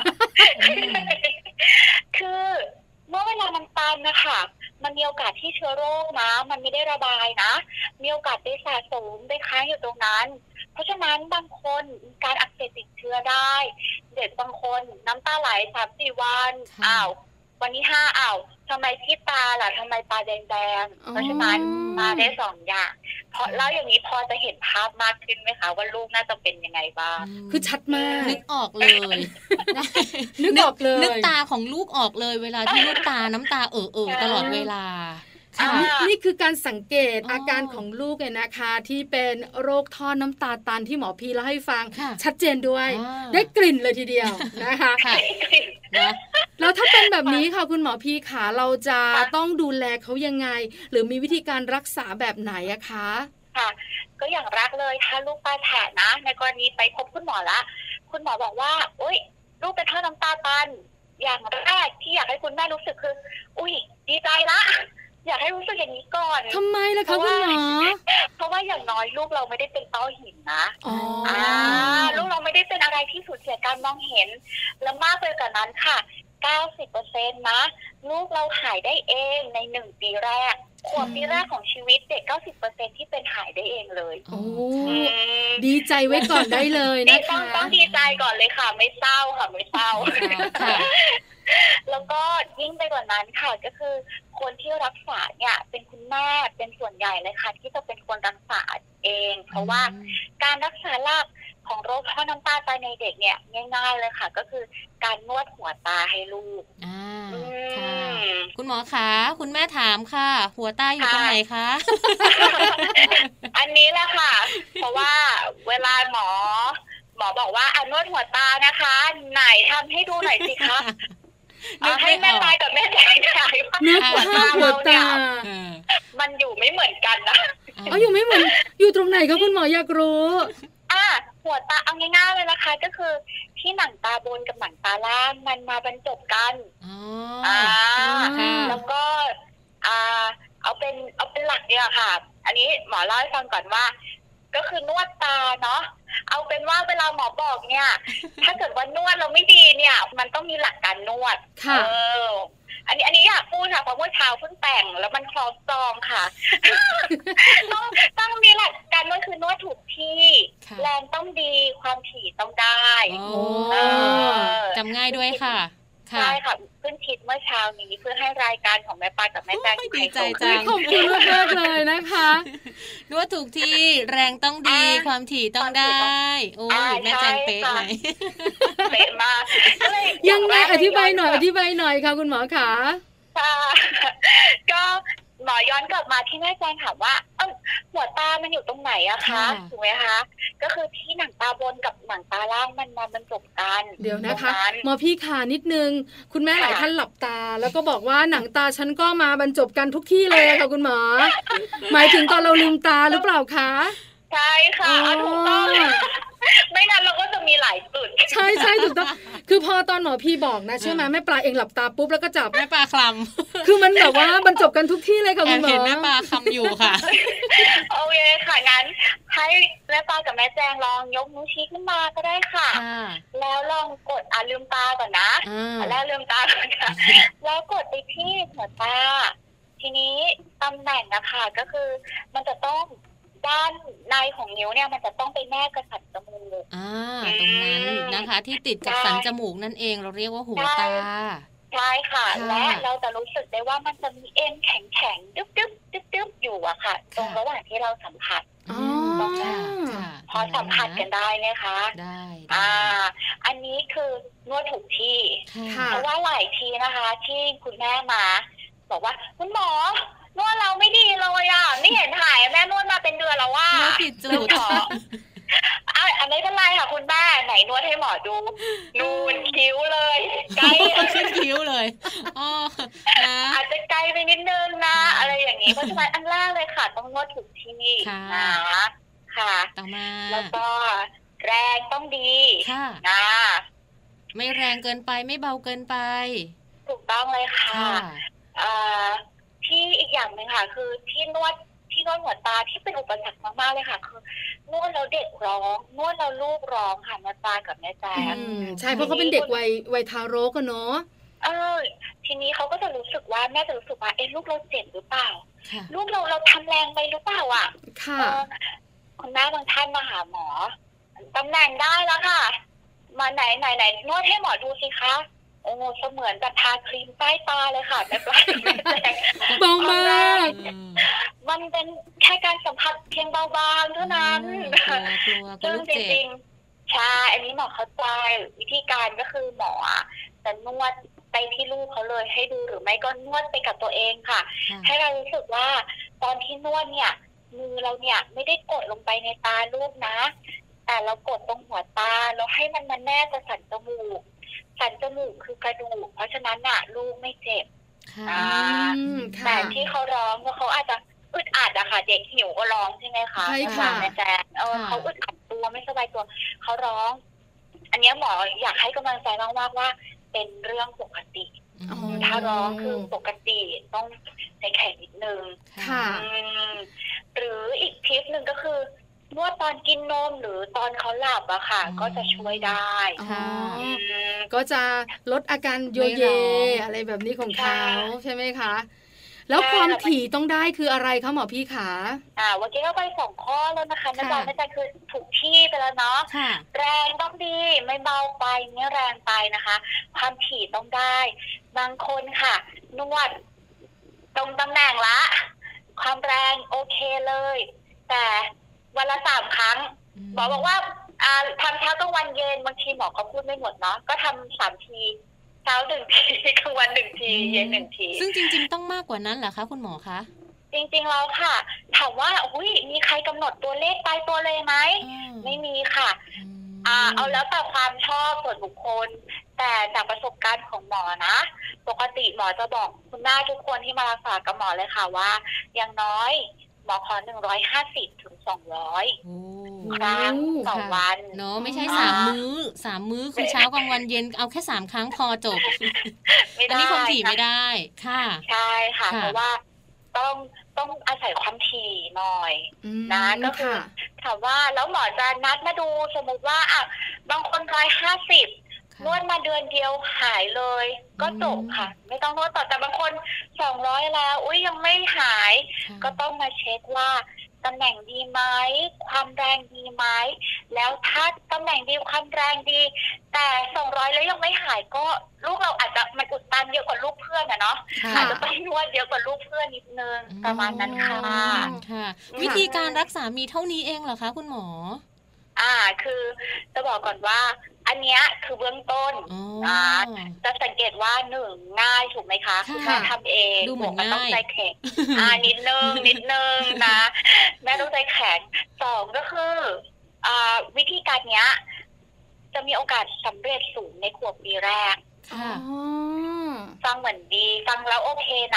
คือเมื่อเวลามันตันนะคะมันมีโอกาสที่เชื้อโรคนะมันไม่ได้ระบายนะมีโอกาสได้สะสมได้ค้างอยู่ตรงนั้นเพราะฉะนั้นบางคนมีการอักเสบติดเชื้อได้เด็กบางคนน้ำตาไหล 3-4 วันวันที่5ทำไมที่ตาล่ะทำไมตาแดงๆเพราะฉะนั้นมาได้2อย่างเพราะแล้วอย่างนี้พอจะเห็นภาพมากขึ้นไหมคะว่าลูกน่าจะเป็นยังไงบ้างคือชัดมากนึกออกเลยนึกออกเลยนึกตาของลูกออกเลยเวลาที่ลูกตาน้ำตาตลอดเวลานี่คือการสังเกตอาการของลูกเนี่ยนะคะที่เป็นโรคท่อน้ำตาตันที่หมอพีเล่าให้ฟังชัดเจนด้วยได้กลิ่นเลยทีเดียวนะคะแล้วถ้าเป็นแบบนี้ค่ะคุณหมอพีขาเราจะต้องดูแลเขายังไงหรือมีวิธีการรักษาแบบไหนอะคะค่ะก็อย่างแรกเลยถ้าลูกตาแฉะนะในกรณีไปพบคุณหมอละคุณหมอบอกว่าโอ๊ยลูกเป็นท่อน้ำตาตันอย่างแรกที่อยากให้คุณแม่รู้สึกคืออุ๊ยดีใจละอยากให้รู้สึกอย่างนี้ก่อนทำไมล่ะคะคุณหมอเพราะว่าอย่างน้อยลูกเราไม่ได้เป็นต้อหินนะลูกเราไม่ได้เป็นอะไรที่สูญเสียการมองเห็นและมากไปกว่านั้นค่ะ 90% นะลูกเราหายได้เองใน1 ปีแรกขวบปีแรกของชีวิตเด็ก 90% ที่เป็นหายได้เองเลยโอ้ดีใจไว้ก่อนได้เลยนะคะต้องดีใจก่อนเลยค่ะไม่เศร้าค่ะไม่เศร้าแล้วก็ยิ่งไปกว่านั้นค่ะก็คือคนที่รักษาเนี่ยเป็นคุณแม่เป็นส่วนใหญ่เลยค่ะที่จะเป็นคนรักษาเองเพราะว่าการรักษาหลักของโรคท่อน้ำตาตันในเด็กเนี่ยง่ายๆเลยค่ะก็คือการนวดหัวตาให้ลูกคุณหมอคะคุณแม่ถามค่ะหัวตาอยู่ตรงไหนคะอันนี้แหละค่ะเพราะว่าเวลาหมอบอกว่านวดหัวตานะคะไหนทำให้ดูหน่อยสิคะให้แม่ตายกับแม่ใจถ่ายว่าหัวตามันอยู่ไม่เหมือนกันนะอยู่ไม่เหมือนอยู่ตรงไหนคะคุณหมออยากรู้หัวตาเอาง่ายๆเลยนะคะก็คือที่หนังตาบนกับหนังตาล่างมันมาบรรจบกันแล้วก็เอาเป็นหลักเนี่ยค่ะอันนี้หมอเล่าให้ฟังก่อนว่าก็คือนวดตาเนาะเอาเป็นว่าเวลาหมอบอกเนี่ยถ้าเกิดว่านวดเราไม่ดีเนี่ยมันต้องมีหลักการนวดอันนี้อยากพูดค่ะเพราะเมื่อเช้าเพิ่งแต่งแล้วมันคลอสซองค่ะต้องมีหลักการนวดคือนวดถูกที่แรงต้องดีความถี่ต้องได้จำง่ายด้วยค่ะใช่ค่ะขึ้นคิดเมื่อเช้านี้เพื่อให้รายการของแม่ปลากับแม่แจงดีใจจังขอบคุณมากเลยนะคะนวดถูกที่แรงต้องดีความถี่ต้องได้โอ้ยแม่แจงเป๊ะเลยเป๊ะมากยังไงอธิบายหน่อยค่ะคุณหมอขาก็หมอย้อนกลับมาที่แม่แจงถามว่าหัวตามันอยู่ตรงไหนอะคะถูกไหมคะก็คือที่หนังตาบนกับหนังตาล่างมันมาบรรจบกันเดี๋ยวนะคะหมอพี่ขานิดนึงคุณแม่หลายท่านหลับตาแล้วก็บอกว่าหนังตาฉันก็มาบรรจบกันทุกที่เลยค่ะคุณหมอหมายถึงตอนเราลืมตาหรือเปล่าคะใช่ค่ะถูกต้องไม่งั้นเราก็จะมีหลายจุดใช่ถูกต้องคือพอตอนหมอพี่บอกนะเชื่อไหมแม่ปลาเองหลับตาปุ๊บแล้วก็จับแม่ปลาคลำคือมันแบบว่าบรรจบกันทุกที่เลยค่ะคุณหมอเห็นแม่ปลาคำอยู่ค่ะโอเคค่ะงั้นให้แม่ปลากับแม่แจงลองยกนิ้วชี้ขึ้นมาก็ได้ค่ะแล้วลองกดลืมตาก่อนนะแล้วลืมตาก่อนค่ะแล้วกดไปที่หัวตาทีนี้ตำแหน่งนะคะก็คือมันจะต้องด้านในของนิ้วเนี่ยมันจะต้องไปแนบกับสันจมูกตรงนั้นนะคะที่ติดกับสันจมูกนั่นเองเราเรียกว่าหัวตาใช่ค่ะและเราจะรู้สึกได้ว่ามันจะมีเอ็นแข็งๆดึ๊บอยู่อะค่ะตรงระหว่างที่เราสัมผัสตรงนั้นพอสัมผัสกันได้นะคะได้อันนี้คือนวดถูกที่เพราะว่าหลายทีนะคะที่คุณแม่มาบอกว่าคุณหมอนวดเราไม่ดีเลยไม่เห็นหายแม่นวดมาเป็นเดือนแล้วว่านวดผิดจุดอันนี้เป็นไรค่ะคุณแม่ไหนนวดให้หมอดูนูนคิ้วเลยไกลขึ้นคิ้วเลยอาจจะไกลไปนิดนึงนะอะไรอย่างนี้เพราะฉะนั้นอันแรกเลยค่ะต้องนวดถูกที่นะค่ะต่อมาแล้วก็แรงต้องดีนะไม่แรงเกินไปไม่เบาเกินไปถูกต้องเลยค่ะที่อีกอย่างนึงค่ะคือที่นวดนวดหัวตาที่เป็นอุปสรรคมากๆเลยค่ะคือนวดแล้วเด็กร้องนวดแล้วลูกร้องค่ะแม่ปลากับแม่แจ๊คใช่เพราะเขาเป็นเด็กวัยทารกกันเนาะทีนี้เขาก็จะรู้สึกว่าแม่จะรู้สึกว่าลูกเราเจ็บหรือเปล่าลูกเราทำแรงไปหรือเปล่าอ่ะคุณแม่บางท่านมาหาหมอตำแหน่งได้แล้วค่ะมาไหนนวดให้หมอดูสิคะโอ้เสมือนแบบทาครีมใต้ตาเลยค่ะแม่ปลาแม่แจ๊คเบามากมันเป็นแค่การสัมผัสเพียงเบาๆเท่านั้นซึ่งจริงๆใช่อันนี้หมอเข้าใจวิธีการก็คือหมอจะนวดไปที่ลูกเขาเลยให้ดูหรือไม่ก็นวดไปกับตัวเองค่ะให้เรารู้สึกว่าตอนที่นวดเนี่ยมือเราเนี่ยไม่ได้กดลงไปในตาลูกนะแต่เรากดตรงหัวตาเราให้มันแนบกับสันจมูกคือกระดูกเพราะฉะนั้นน่ะลูกไม่เจ็บแต่ที่เขาร้องว่าเขาอาจจะอึดอัดอะค่ะเด็กหิวก็ร้องใช่ไหมคะใช่ค่ะแม่แจ๊คเขาอึดอัดตัวไม่สบายตัวเขาร้องอันนี้หมออยากให้กำลังใจมากๆว่าเป็นเรื่องปกติถ้าร้องคือปกติต้องใจแข็งนิดนึงหรืออีกทิปนึงก็คือนวดตอนกินนมหรือตอนเขาหลับอะค่ะก็จะช่วยได้ก็จะลดอาการโยเยอะไรแบบนี้ของเขาใช่ไหมคะแล้วความถี่ต้องได้คืออะไรคะหมอพี่ขาวันนี้ก็ไป2 ข้อแล้วนะคะแม่จอยคือถูกที่ไปแล้วเนาะแรงต้องดีไม่เบาไปไม่แรงไปนะคะความถี่ต้องได้บางคนค่ะนวดตรงตำแหน่งละความแรงโอเคเลยแต่วันละ3 ครั้งหมอบอกว่าทำเช้ากลางวันเย็นบางทีหมอก็พูดไม่หมดเนาะก็ทำ3 ทีเช้า1 ทีกลางวัน1 ทีเย็น1 ทีซึ่งจริงๆต้องมากกว่านั้นเหรอคะคุณหมอคะจริงๆแล้วค่ะถามว่ามีใครกำหนดตัวเลขตายตัวเลยไหมไม่มีค่ะเอาแล้วแต่ความชอบส่วนบุคคลแต่จากประสบการณ์ของหมอนะปกติหมอจะบอกคุณแม่ทุกคนที่มารักษากับหมอเลยค่ะว่าอย่างน้อยหมอขอ150 ถึง 200 ครั้งต่อวันเนาะไม่ใช่3 มื้อคือเช้ากลางวันเย็นเอาแค่3 ครั้งพอจบอันนี้ความถี่ไม่ได้ค่ะใช่ค่ะเพราะว่าต้องอาศัยความถี่หน่อยนะก็คือถามว่าแล้วหมอจะนัดมาดูสมมติว่าบางคน150นวดมาเดือนเดียวหายเลยก็จบค่ะไม่ต้องนวดต่อแต่บางคน200แล้วยังไม่หายก็ต้องมาเช็คว่าตำแหน่งดีไหมความแรงดีไหมแล้วถ้าตำแหน่งดีความแรงดีแต่200แล้วยังไม่หายก็ลูกเราอาจจะมันอุดตันเยอะกว่าลูกเพื่อนเนาะอาจจะต้องนวดเยอะกว่าลูกเพื่อนนิดนึงประมาณนั้นค่ะวิธีการรักษามีเท่านี้เองเหรอคะคุณหมอคือจะบอกก่อนว่าอันเนี้ยคือเบื้องต้นจะสังเกตว่า1ง่ายถูกไหมคะคุณแม่ทำเองมันต้องใจแข็งนิดนึงนะแม่ต้องใจแข็ง2ก็คือวิธีการเนี้ยจะมีโอกาสสำเร็จสูงในขวบปีแรกฟังเหมือนดีฟังแล้วโอเคนะ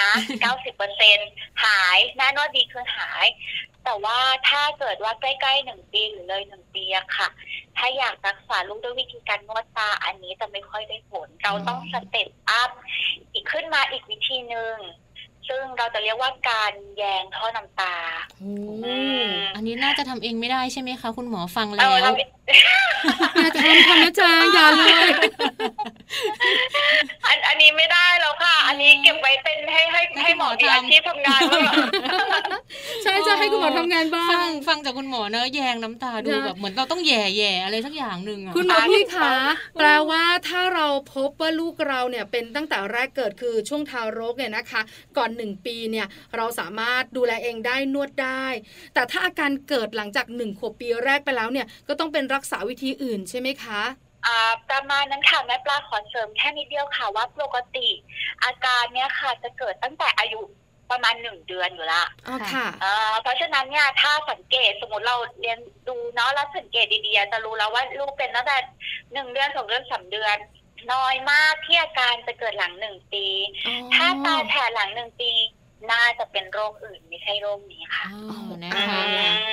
90% หายแน่นอนดีคือหายแต่ว่าถ้าเกิดว่าใกล้ๆ1 ปีหรือเลย1 ปีอะค่ะถ้าอยากรักษาลูกด้วยวิธีการนวดตาอันนี้จะไม่ค่อยได้ผลเราต้องสเต็ปอัพอีกขึ้นมาอีกวิธีนึงซึ่งเราจะเรียกว่าการแยงท่อน้ำตาอันนี้น่าจะทำเองไม่ได้ใช่ไหมคะคุณหมอฟังแล้วน่าจะทำนะจ๊ะอย่าเลยอันนี้ไม่ได้แล้วค่ะอันนี้เก็บไว้เป็นให้หมอที่อาชีพทำงานใช่จะให้คุณหมอทำงานบ้างฟังจากคุณหมอเนอะแยงน้ำตาดูแบบเหมือนเราต้องแย่อะไรสักอย่างนึงคุณหมอพี่คะแปลว่าถ้าเราพบว่าลูกเราเนี่ยเป็นตั้งแต่แรกเกิดคือช่วงทารกเนี่ยนะคะก่อน1 ปีเนี่ยเราสามารถดูแลเองได้นวดได้แต่ถ้าอาการเกิดหลังจาก1 ขวบปีแรกไปแล้วเนี่ยก็ต้องเป็นรักษาวิธีอื่นใช่ไหมคะประมาณนั้นค่ะแม่ปลาขอเสริมแค่นิดเดียวค่ะว่าปกติอาการเนี้ยค่ะจะเกิดตั้งแต่อายุประมาณ1 เดือนอยู่ละเพราะฉะนั้นเนี่ยถ้าสังเกตสมมติเราเรียนดูเนาะแล้วสังเกตดีๆจะรู้แล้วว่าลูกเป็นตั้งแต่1 เดือน2 เดือน3 เดือนน้อยมากที่อาการจะเกิดหลัง1 ปีถ้าตาแฉะหลัง1 ปีน่าจะเป็นโรคอื่นไม่ใช่โรคนี้ค่ะนะคะ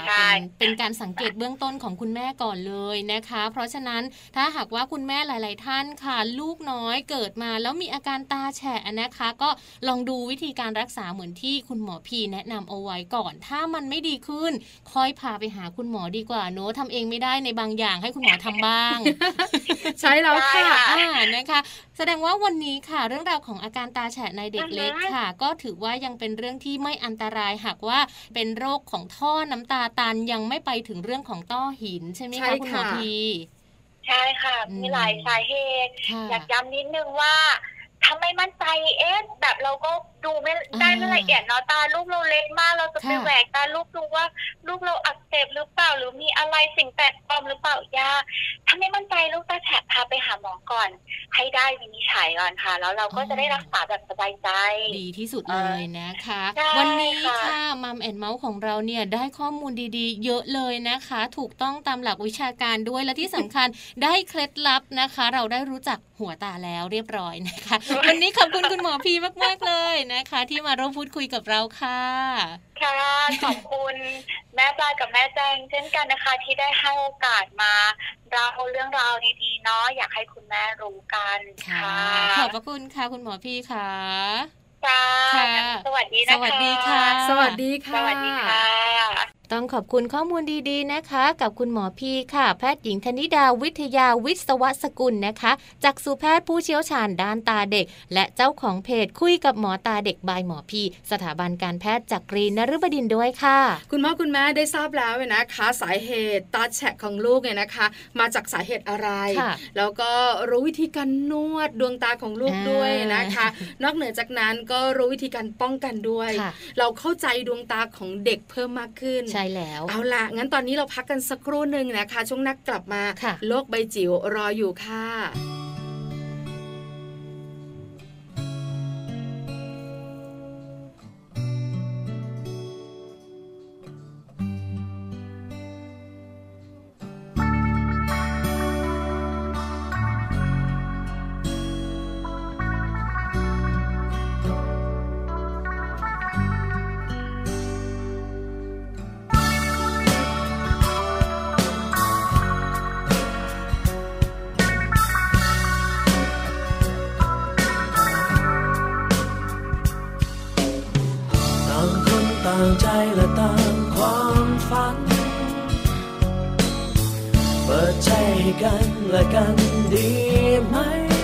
เป็นการสังเกตเบื้องต้นของคุณแม่ก่อนเลยนะคะเพราะฉะนั้นถ้าหากว่าคุณแม่หลายๆท่านค่ะลูกน้อยเกิดมาแล้วมีอาการตาแฉะนะคะก็ลองดูวิธีการรักษาเหมือนที่คุณหมอพีแนะนำเอาไว้ก่อนถ้ามันไม่ดีขึ้นค่อยพาไปหาคุณหมอดีกว่าเนอะทำเองไม่ได้ในบางอย่างให้คุณหมอทำบ้างใช่แล้วค่ะนะคะแสดงว่าวันนี้ค่ะเรื่องราวของอาการตาแฉะในเด็กเล็กค่ะก็ถือว่ายังเป็นเรื่องที่ไม่อันตรายหากว่าเป็นโรคของท่อน้ำตาตันยังไม่ไปถึงเรื่องของต้อหินใช่ไหมคะคุณหมอพีใช่ค่ะมีหลายสาเหตุอยากย้ำนิดนึงว่าถ้าไม่มั่นใจแบบเราก็ดูไม่ได้ไม่ละเอียดเนาะตาลูกเราเล็กมากเราจะไปแหวกตาลูกดูว่าลูกเราอักเสบหรือเปล่าหรือมีอะไรสิ่งแปลกปลอมหรือเปล่ายาถ้าไม่มั่นใจลูกตาแฉะพาไปหาหมอก่อนให้ได้วินิจฉัยก่อนค่ะแล้วเราก็จะได้รักษาแบบสบายใจดีที่สุดเลยนะคะวันนี้ค่ะมัมแอนด์เมาส์ของเราเนี่ยได้ข้อมูลดีๆเยอะเลยนะคะถูกต้องตามหลักวิชาการด้วยและที่สำคัญได้เคล็ดลับนะคะเราได้รู้จักหัวตาแล้วเรียบร้อยนะคะวันนี้ขอบคุณคุณหมอพีมากๆเลยนะคะที่มาร่วมพูดคุยกับเราค่ะค่ะขอบคุณแม่ปลากับแม่แจงเช่นกันนะคะที่ได้ให้โอกาสมาเล่าเรื่องราวดีๆเนาะอยากให้คุณแม่รู้กันค่ะขอบพระคุณค่ะคุณหมอพีค่ะค่ะสวัสดีนะคะสวัสดีค่ะสวัสดีค่ะสวัสดีค่ะต้องขอบคุณข้อมูลดีๆนะคะกับคุณหมอพีค่ะแพทย์หญิงธนิดาวิทยาวิศวสกุลนะคะจักษุแพทย์ผู้เชี่ยวชาญด้านตาเด็กและเจ้าของเพจคุยกับหมอตาเด็กบายหมอพีสถาบันการแพทย์จักรีนฤบดินทร์ด้วยค่ะคุณพ่อคุณแม่ได้ทราบแล้วนะคะสาเหตุตาแฉะของลูกเนี่ยนะคะมาจากสาเหตุอะไรแล้วก็รู้วิธีการนวดดวงตาของลูกด้วยนะคะนอกเหนือจากนั้นก็รู้วิธีการป้องกันด้วยเราเข้าใจดวงตาของเด็กเพิ่มมากขึ้นใช่แล้วเอาล่ะงั้นตอนนี้เราพักกันสักครู่นึงนะคะช่วงนักกลับมาโลกใบจิ๋วรออยู่ค่ะใจและตามความฝันเปิดใจให้กันและกันดีไหม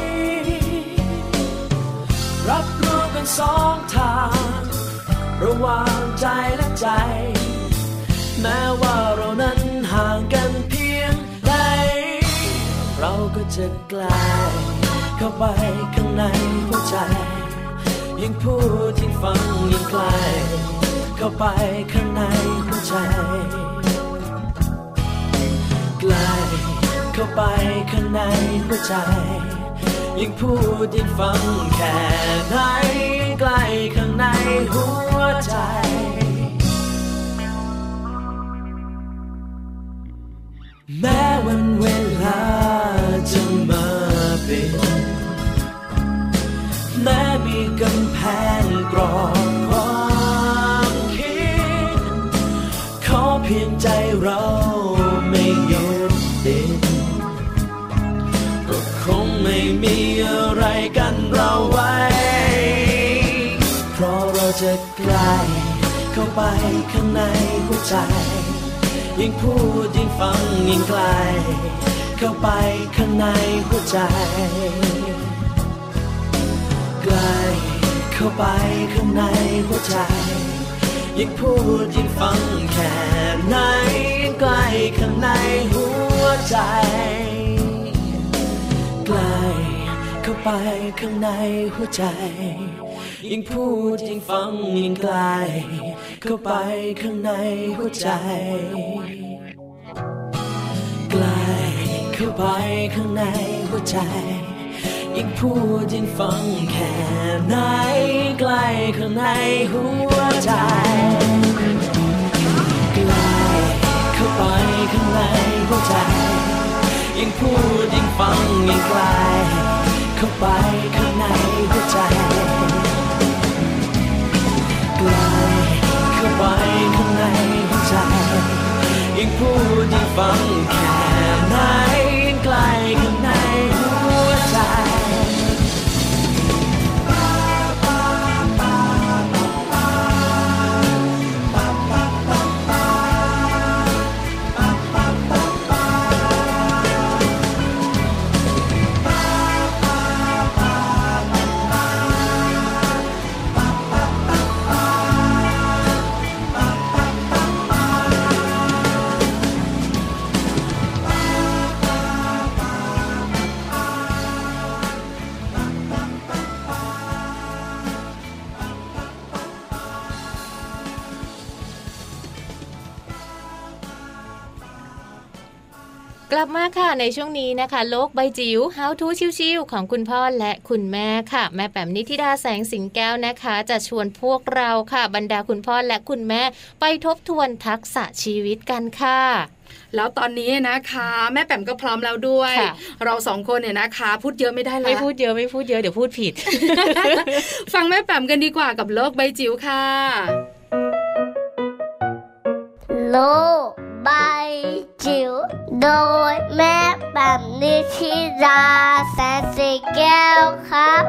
รับรู้กันสองทางระหว่างใจและใจแม้ว่าเรานั้นห่างกันเพียงใดเราก็จะใกล้เข้าไปข้างในหัวใจยิ่งพูดยิ่งฟังยิ่งใกล้เข้าไปข้างในหัวใจใกล้เข้าไปข้างในหัวใจยิ่งพูดยิ่งฟังแค่ไหนใกล้ข้างในหัวใจแม้วันเวลาจะมาปิดแม้มีกำแพงกรอบเพียงใจเราไม่ยึดติดก็คงไม่มีอะไรกันเราไว้เพราะเราจะใกล้เข้าไปข้างในหัวใจยิ่งพูดยิ่งฟังยิ่งใกล้เข้าไปข้างในหัวใจใกล้เข้าไปข้างในหัวใจยิ่งพูดยิ่งฟังแค่ไหนใกล้ข้างในหัวใจใกล้เข้าไปข้างในหัวใจยิ่งพูดยิ่งฟังยิ่งใกล้เข้าไปข้างในหัวใจใกล้เข้าไปข้างในหัวใจยิ่งพูดยิ่งฟังแค่ไหนใกล้ข้างในหัวใจใกล้เข้าไปข้างในหัวใจยิ่งพูดยิ่งฟังยิ่งใกล้เข้าไปข้างในหัวใจใกล้เข้าไปข้างในหัวใจกลับมาค่ะในช่วงนี้นะคะโลกใบจิ๋ว How to ชิวๆของคุณพ่อและคุณแม่ค่ะแม่แป๋มนิธิดาแสงสิงแก้วนะคะจะชวนพวกเราค่ะบรรดาคุณพ่อและคุณแม่ไปทบทวนทักษะชีวิตกันค่ะแล้วตอนนี้นะคะแม่แป๋มก็พร้อมแล้วด้วยเราสองคนเนี่ยนะคะพูดเยอะไม่ได้แล้วไม่พูดเยอะเดี๋ยวพูดผิดฟังแม่แป๋มกันดีกว่ากับโลกใบจิ๋วค่ะโลกใบจิ๋วโดยแม่แป๋มนิธิดาแสนสีแก้วครับ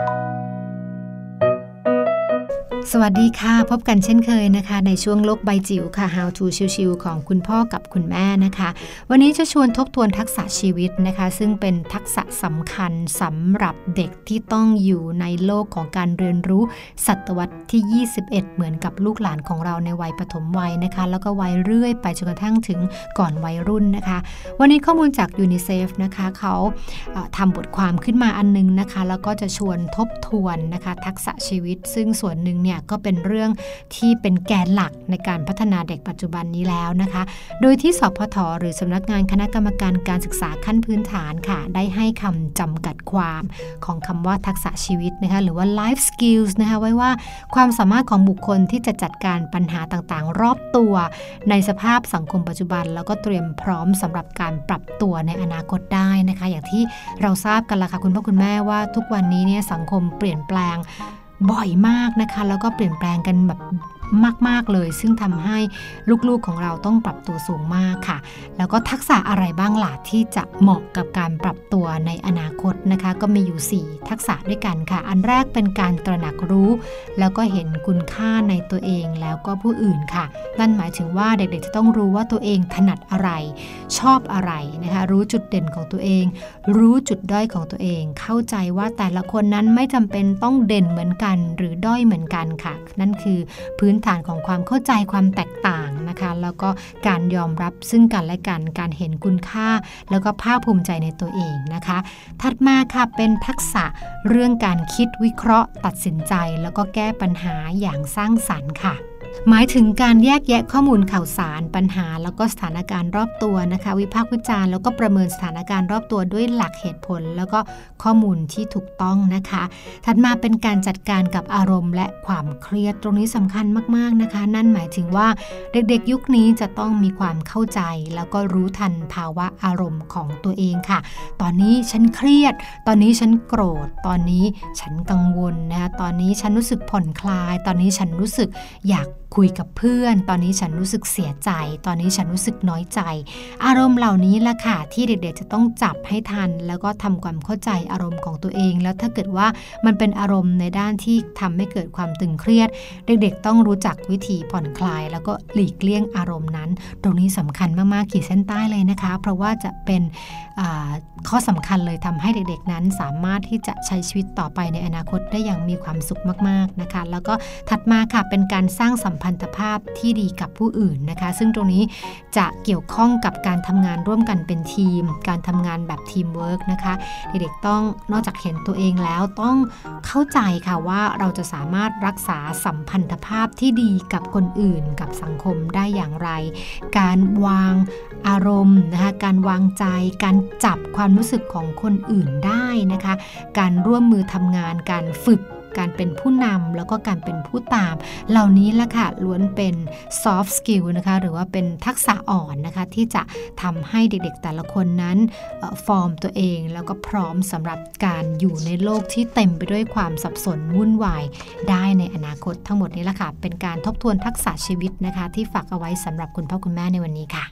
สวัสดีค่ะพบกันเช่นเคยนะคะในช่วงโลกใบจิ๋วค่ะ How to ชิวๆของคุณพ่อกับคุณแม่นะคะวันนี้จะชวนทบทวนทักษะชีวิตนะคะซึ่งเป็นทักษะสำคัญสำหรับเด็กที่ต้องอยู่ในโลกของการเรียนรู้ศตวรรษที่21เหมือนกับลูกหลานของเราในวัยปฐมวัยนะคะแล้วก็วัยเรื่อยไปจนกระทั่งถึงก่อนวัยรุ่นนะคะวันนี้ข้อมูลจากยูนิเซฟนะคะเขาทำบทความขึ้นมาอันนึงนะคะแล้วก็จะชวนทบทวนนะคะทักษะชีวิตซึ่งส่วนหนึ่งก็เป็นเรื่องที่เป็นแกนหลักในการพัฒนาเด็กปัจจุบันนี้แล้วนะคะโดยที่สพท.หรือสำนักงานคณะกรรมการการศึกษาขั้นพื้นฐานค่ะได้ให้คำจำกัดความของคำว่าทักษะชีวิตนะคะหรือว่า life skills นะคะไว้ว่าความสามารถของบุคคลที่จะจัดการปัญหาต่างๆรอบตัวในสภาพสังคมปัจจุบันแล้วก็เตรียมพร้อมสำหรับการปรับตัวในอนาคตได้นะคะอย่างที่เราทราบกันละค่ะคุณพ่อคุณแม่ว่าทุกวันนี้เนี่ยสังคมเปลี่ยนแปลงบ่อยมากนะคะแล้วก็เปลี่ยนแปลงกันแบบมากๆเลยซึ่งทำให้ลูกๆของเราต้องปรับตัวสูงมากค่ะแล้วก็ทักษะอะไรบ้างล่ะที่จะเหมาะกับการปรับตัวในอนาคตนะคะก็มีอยู่4ทักษะด้วยกันค่ะอันแรกเป็นการตระหนักรู้แล้วก็เห็นคุณค่าในตัวเองแล้วก็ผู้อื่นค่ะนั่นหมายถึงว่าเด็กๆจะต้องรู้ว่าตัวเองถนัดอะไรชอบอะไรนะคะรู้จุดเด่นของตัวเองรู้จุดด้อยของตัวเองเข้าใจว่าแต่ละคนนั้นไม่จำเป็นต้องเด่นเหมือนกันหรือด้อยเหมือนกันค่ะนั่นคือพื้นฐานของความเข้าใจความแตกต่างนะคะแล้วก็การยอมรับซึ่งกันและกันการเห็นคุณค่าแล้วก็ภาคภูมิใจในตัวเองนะคะถัดมาค่ะเป็นทักษะเรื่องการคิดวิเคราะห์ตัดสินใจแล้วก็แก้ปัญหาอย่างสร้างสรรค์ค่ะหมายถึงการแยกแยะข้อมูลข่าวสารปัญหาแล้วก็สถานการณ์รอบตัวนะคะวิพากษ์วิจารณ์แล้วก็ประเมินสถานการณ์รอบตัวด้วยหลักเหตุผลแล้วก็ข้อมูลที่ถูกต้องนะคะถัดมาเป็นการจัดการกับอารมณ์และความเครียดตรงนี้สำคัญมากๆนะคะนั่นหมายถึงว่าเด็กๆยุคนี้จะต้องมีความเข้าใจแล้วก็รู้ทันภาวะอารมณ์ของตัวเองค่ะตอนนี้ฉันเครียดตอนนี้ฉันโกรธตอนนี้ฉันกังวลนะคะตอนนี้ฉันรู้สึกผ่อนคลายตอนนี้ฉันรู้สึกอยากคุยกับเพื่อนตอนนี้ฉันรู้สึกเสียใจตอนนี้ฉันรู้สึกน้อยใจอารมณ์เหล่านี้ล่ะค่ะที่เด็กๆจะต้องจับให้ทันแล้วก็ทำความเข้าใจอารมณ์ของตัวเองแล้วถ้าเกิดว่ามันเป็นอารมณ์ในด้านที่ทำให้เกิดความตึงเครียดเด็กๆต้องรู้จักวิธีผ่อนคลายแล้วก็หลีกเลี่ยงอารมณ์นั้นตรงนี้สำคัญมากๆขีดเส้นใต้เลยนะคะเพราะว่าจะเป็นข้อสำคัญเลยทำให้เด็กๆนั้นสามารถที่จะใช้ชีวิตต่อไปในอนาคตได้อย่างมีความสุขมากๆนะคะแล้วก็ถัดมาค่ะเป็นการสร้างสัมพันธภาพที่ดีกับผู้อื่นนะคะซึ่งตรงนี้จะเกี่ยวข้องกับการทำงานร่วมกันเป็นทีมการทำงานแบบทีมเวิร์กนะคะเด็กๆต้องนอกจากเห็นตัวเองแล้วต้องเข้าใจค่ะว่าเราจะสามารถรักษาสัมพันธภาพที่ดีกับคนอื่นกับสังคมได้อย่างไรการวางอารมณ์นะคะการวางใจการจับความรู้สึกของคนอื่นได้นะคะการร่วมมือทำงานการฝึกการเป็นผู้นำแล้วก็การเป็นผู้ตามเหล่านี้ละค่ะล้วนเป็น soft skill นะคะหรือว่าเป็นทักษะอ่อนนะคะที่จะทำให้เด็กๆแต่ละคนนั้นฟอร์มตัวเองแล้วก็พร้อมสำหรับการอยู่ในโลกที่เต็มไปด้วยความสับสนวุ่นวายได้ในอนาคตทั้งหมดนี้ละค่ะเป็นการทบทวนทักษะชีวิตนะคะที่ฝากเอาไว้สำหรับคุณพ่อคุณแม่ในวันนี้ค่ะ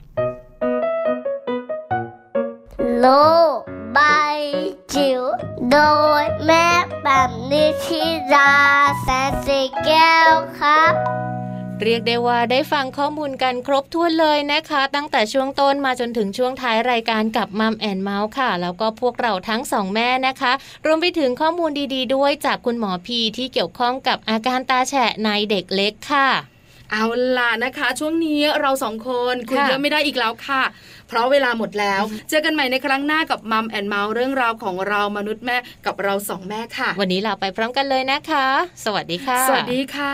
โลกใบจิ๋วโดยแม่แป๋มนิธิดาแสนสีแก้วครับเรียกได้ว่าได้ฟังข้อมูลกันครบถ้วนเลยนะคะตั้งแต่ช่วงต้นมาจนถึงช่วงท้ายรายการกับมัมแอนด์เมาส์ค่ะแล้วก็พวกเราทั้งสองแม่นะคะรวมไปถึงข้อมูลดีๆด้วยจากคุณหมอพีที่เกี่ยวข้องกับอาการตาแฉะในเด็กเล็กค่ะเอาล่ะนะคะช่วงนี้เราสองคนคุยเยอะไม่ได้อีกแล้วค่ะเพราะเวลาหมดแล้วเจอกันใหม่ในครั้งหน้ากับมัมแอนด์เมาส์เรื่องราวของเรามนุษย์แม่กับเราสองแม่ค่ะวันนี้ลาไปพร้อมกันเลยนะคะสวัสดีค่ะสวัสดีค่ะ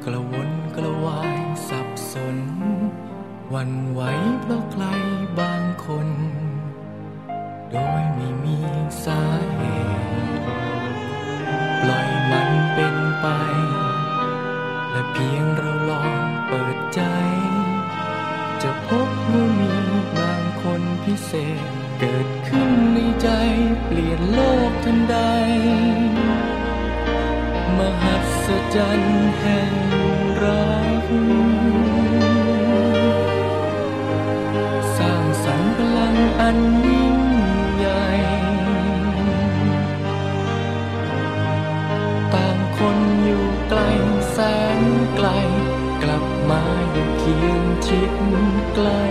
กระวนกระวายสับสนหวั่นไหวเพราะใครบางคนโดยไม่มีสาเหตุปล่อยมันเป็นไปและเพียงเราลองเปิดใจจะพบว่ามีบางคนพิเศษเกิดขึ้นในใจเปลี่ยนโลกทันใดมหัศจรรย์แห่งรักสร้างสรรค์พลังอันยิ่งใหญ่ต่างคนอยู่ไกลแสนไกลกลับมาอยู่เคียงชิดใกล้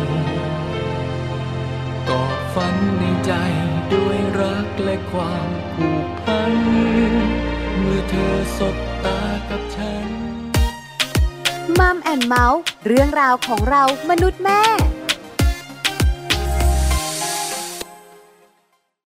ก่อฝันในใจด้วยรักและความผูกพันเมื่อเธอสบตากับฉันมัมแอนด์เมาส์เรื่องราวของเรามนุษย์แม่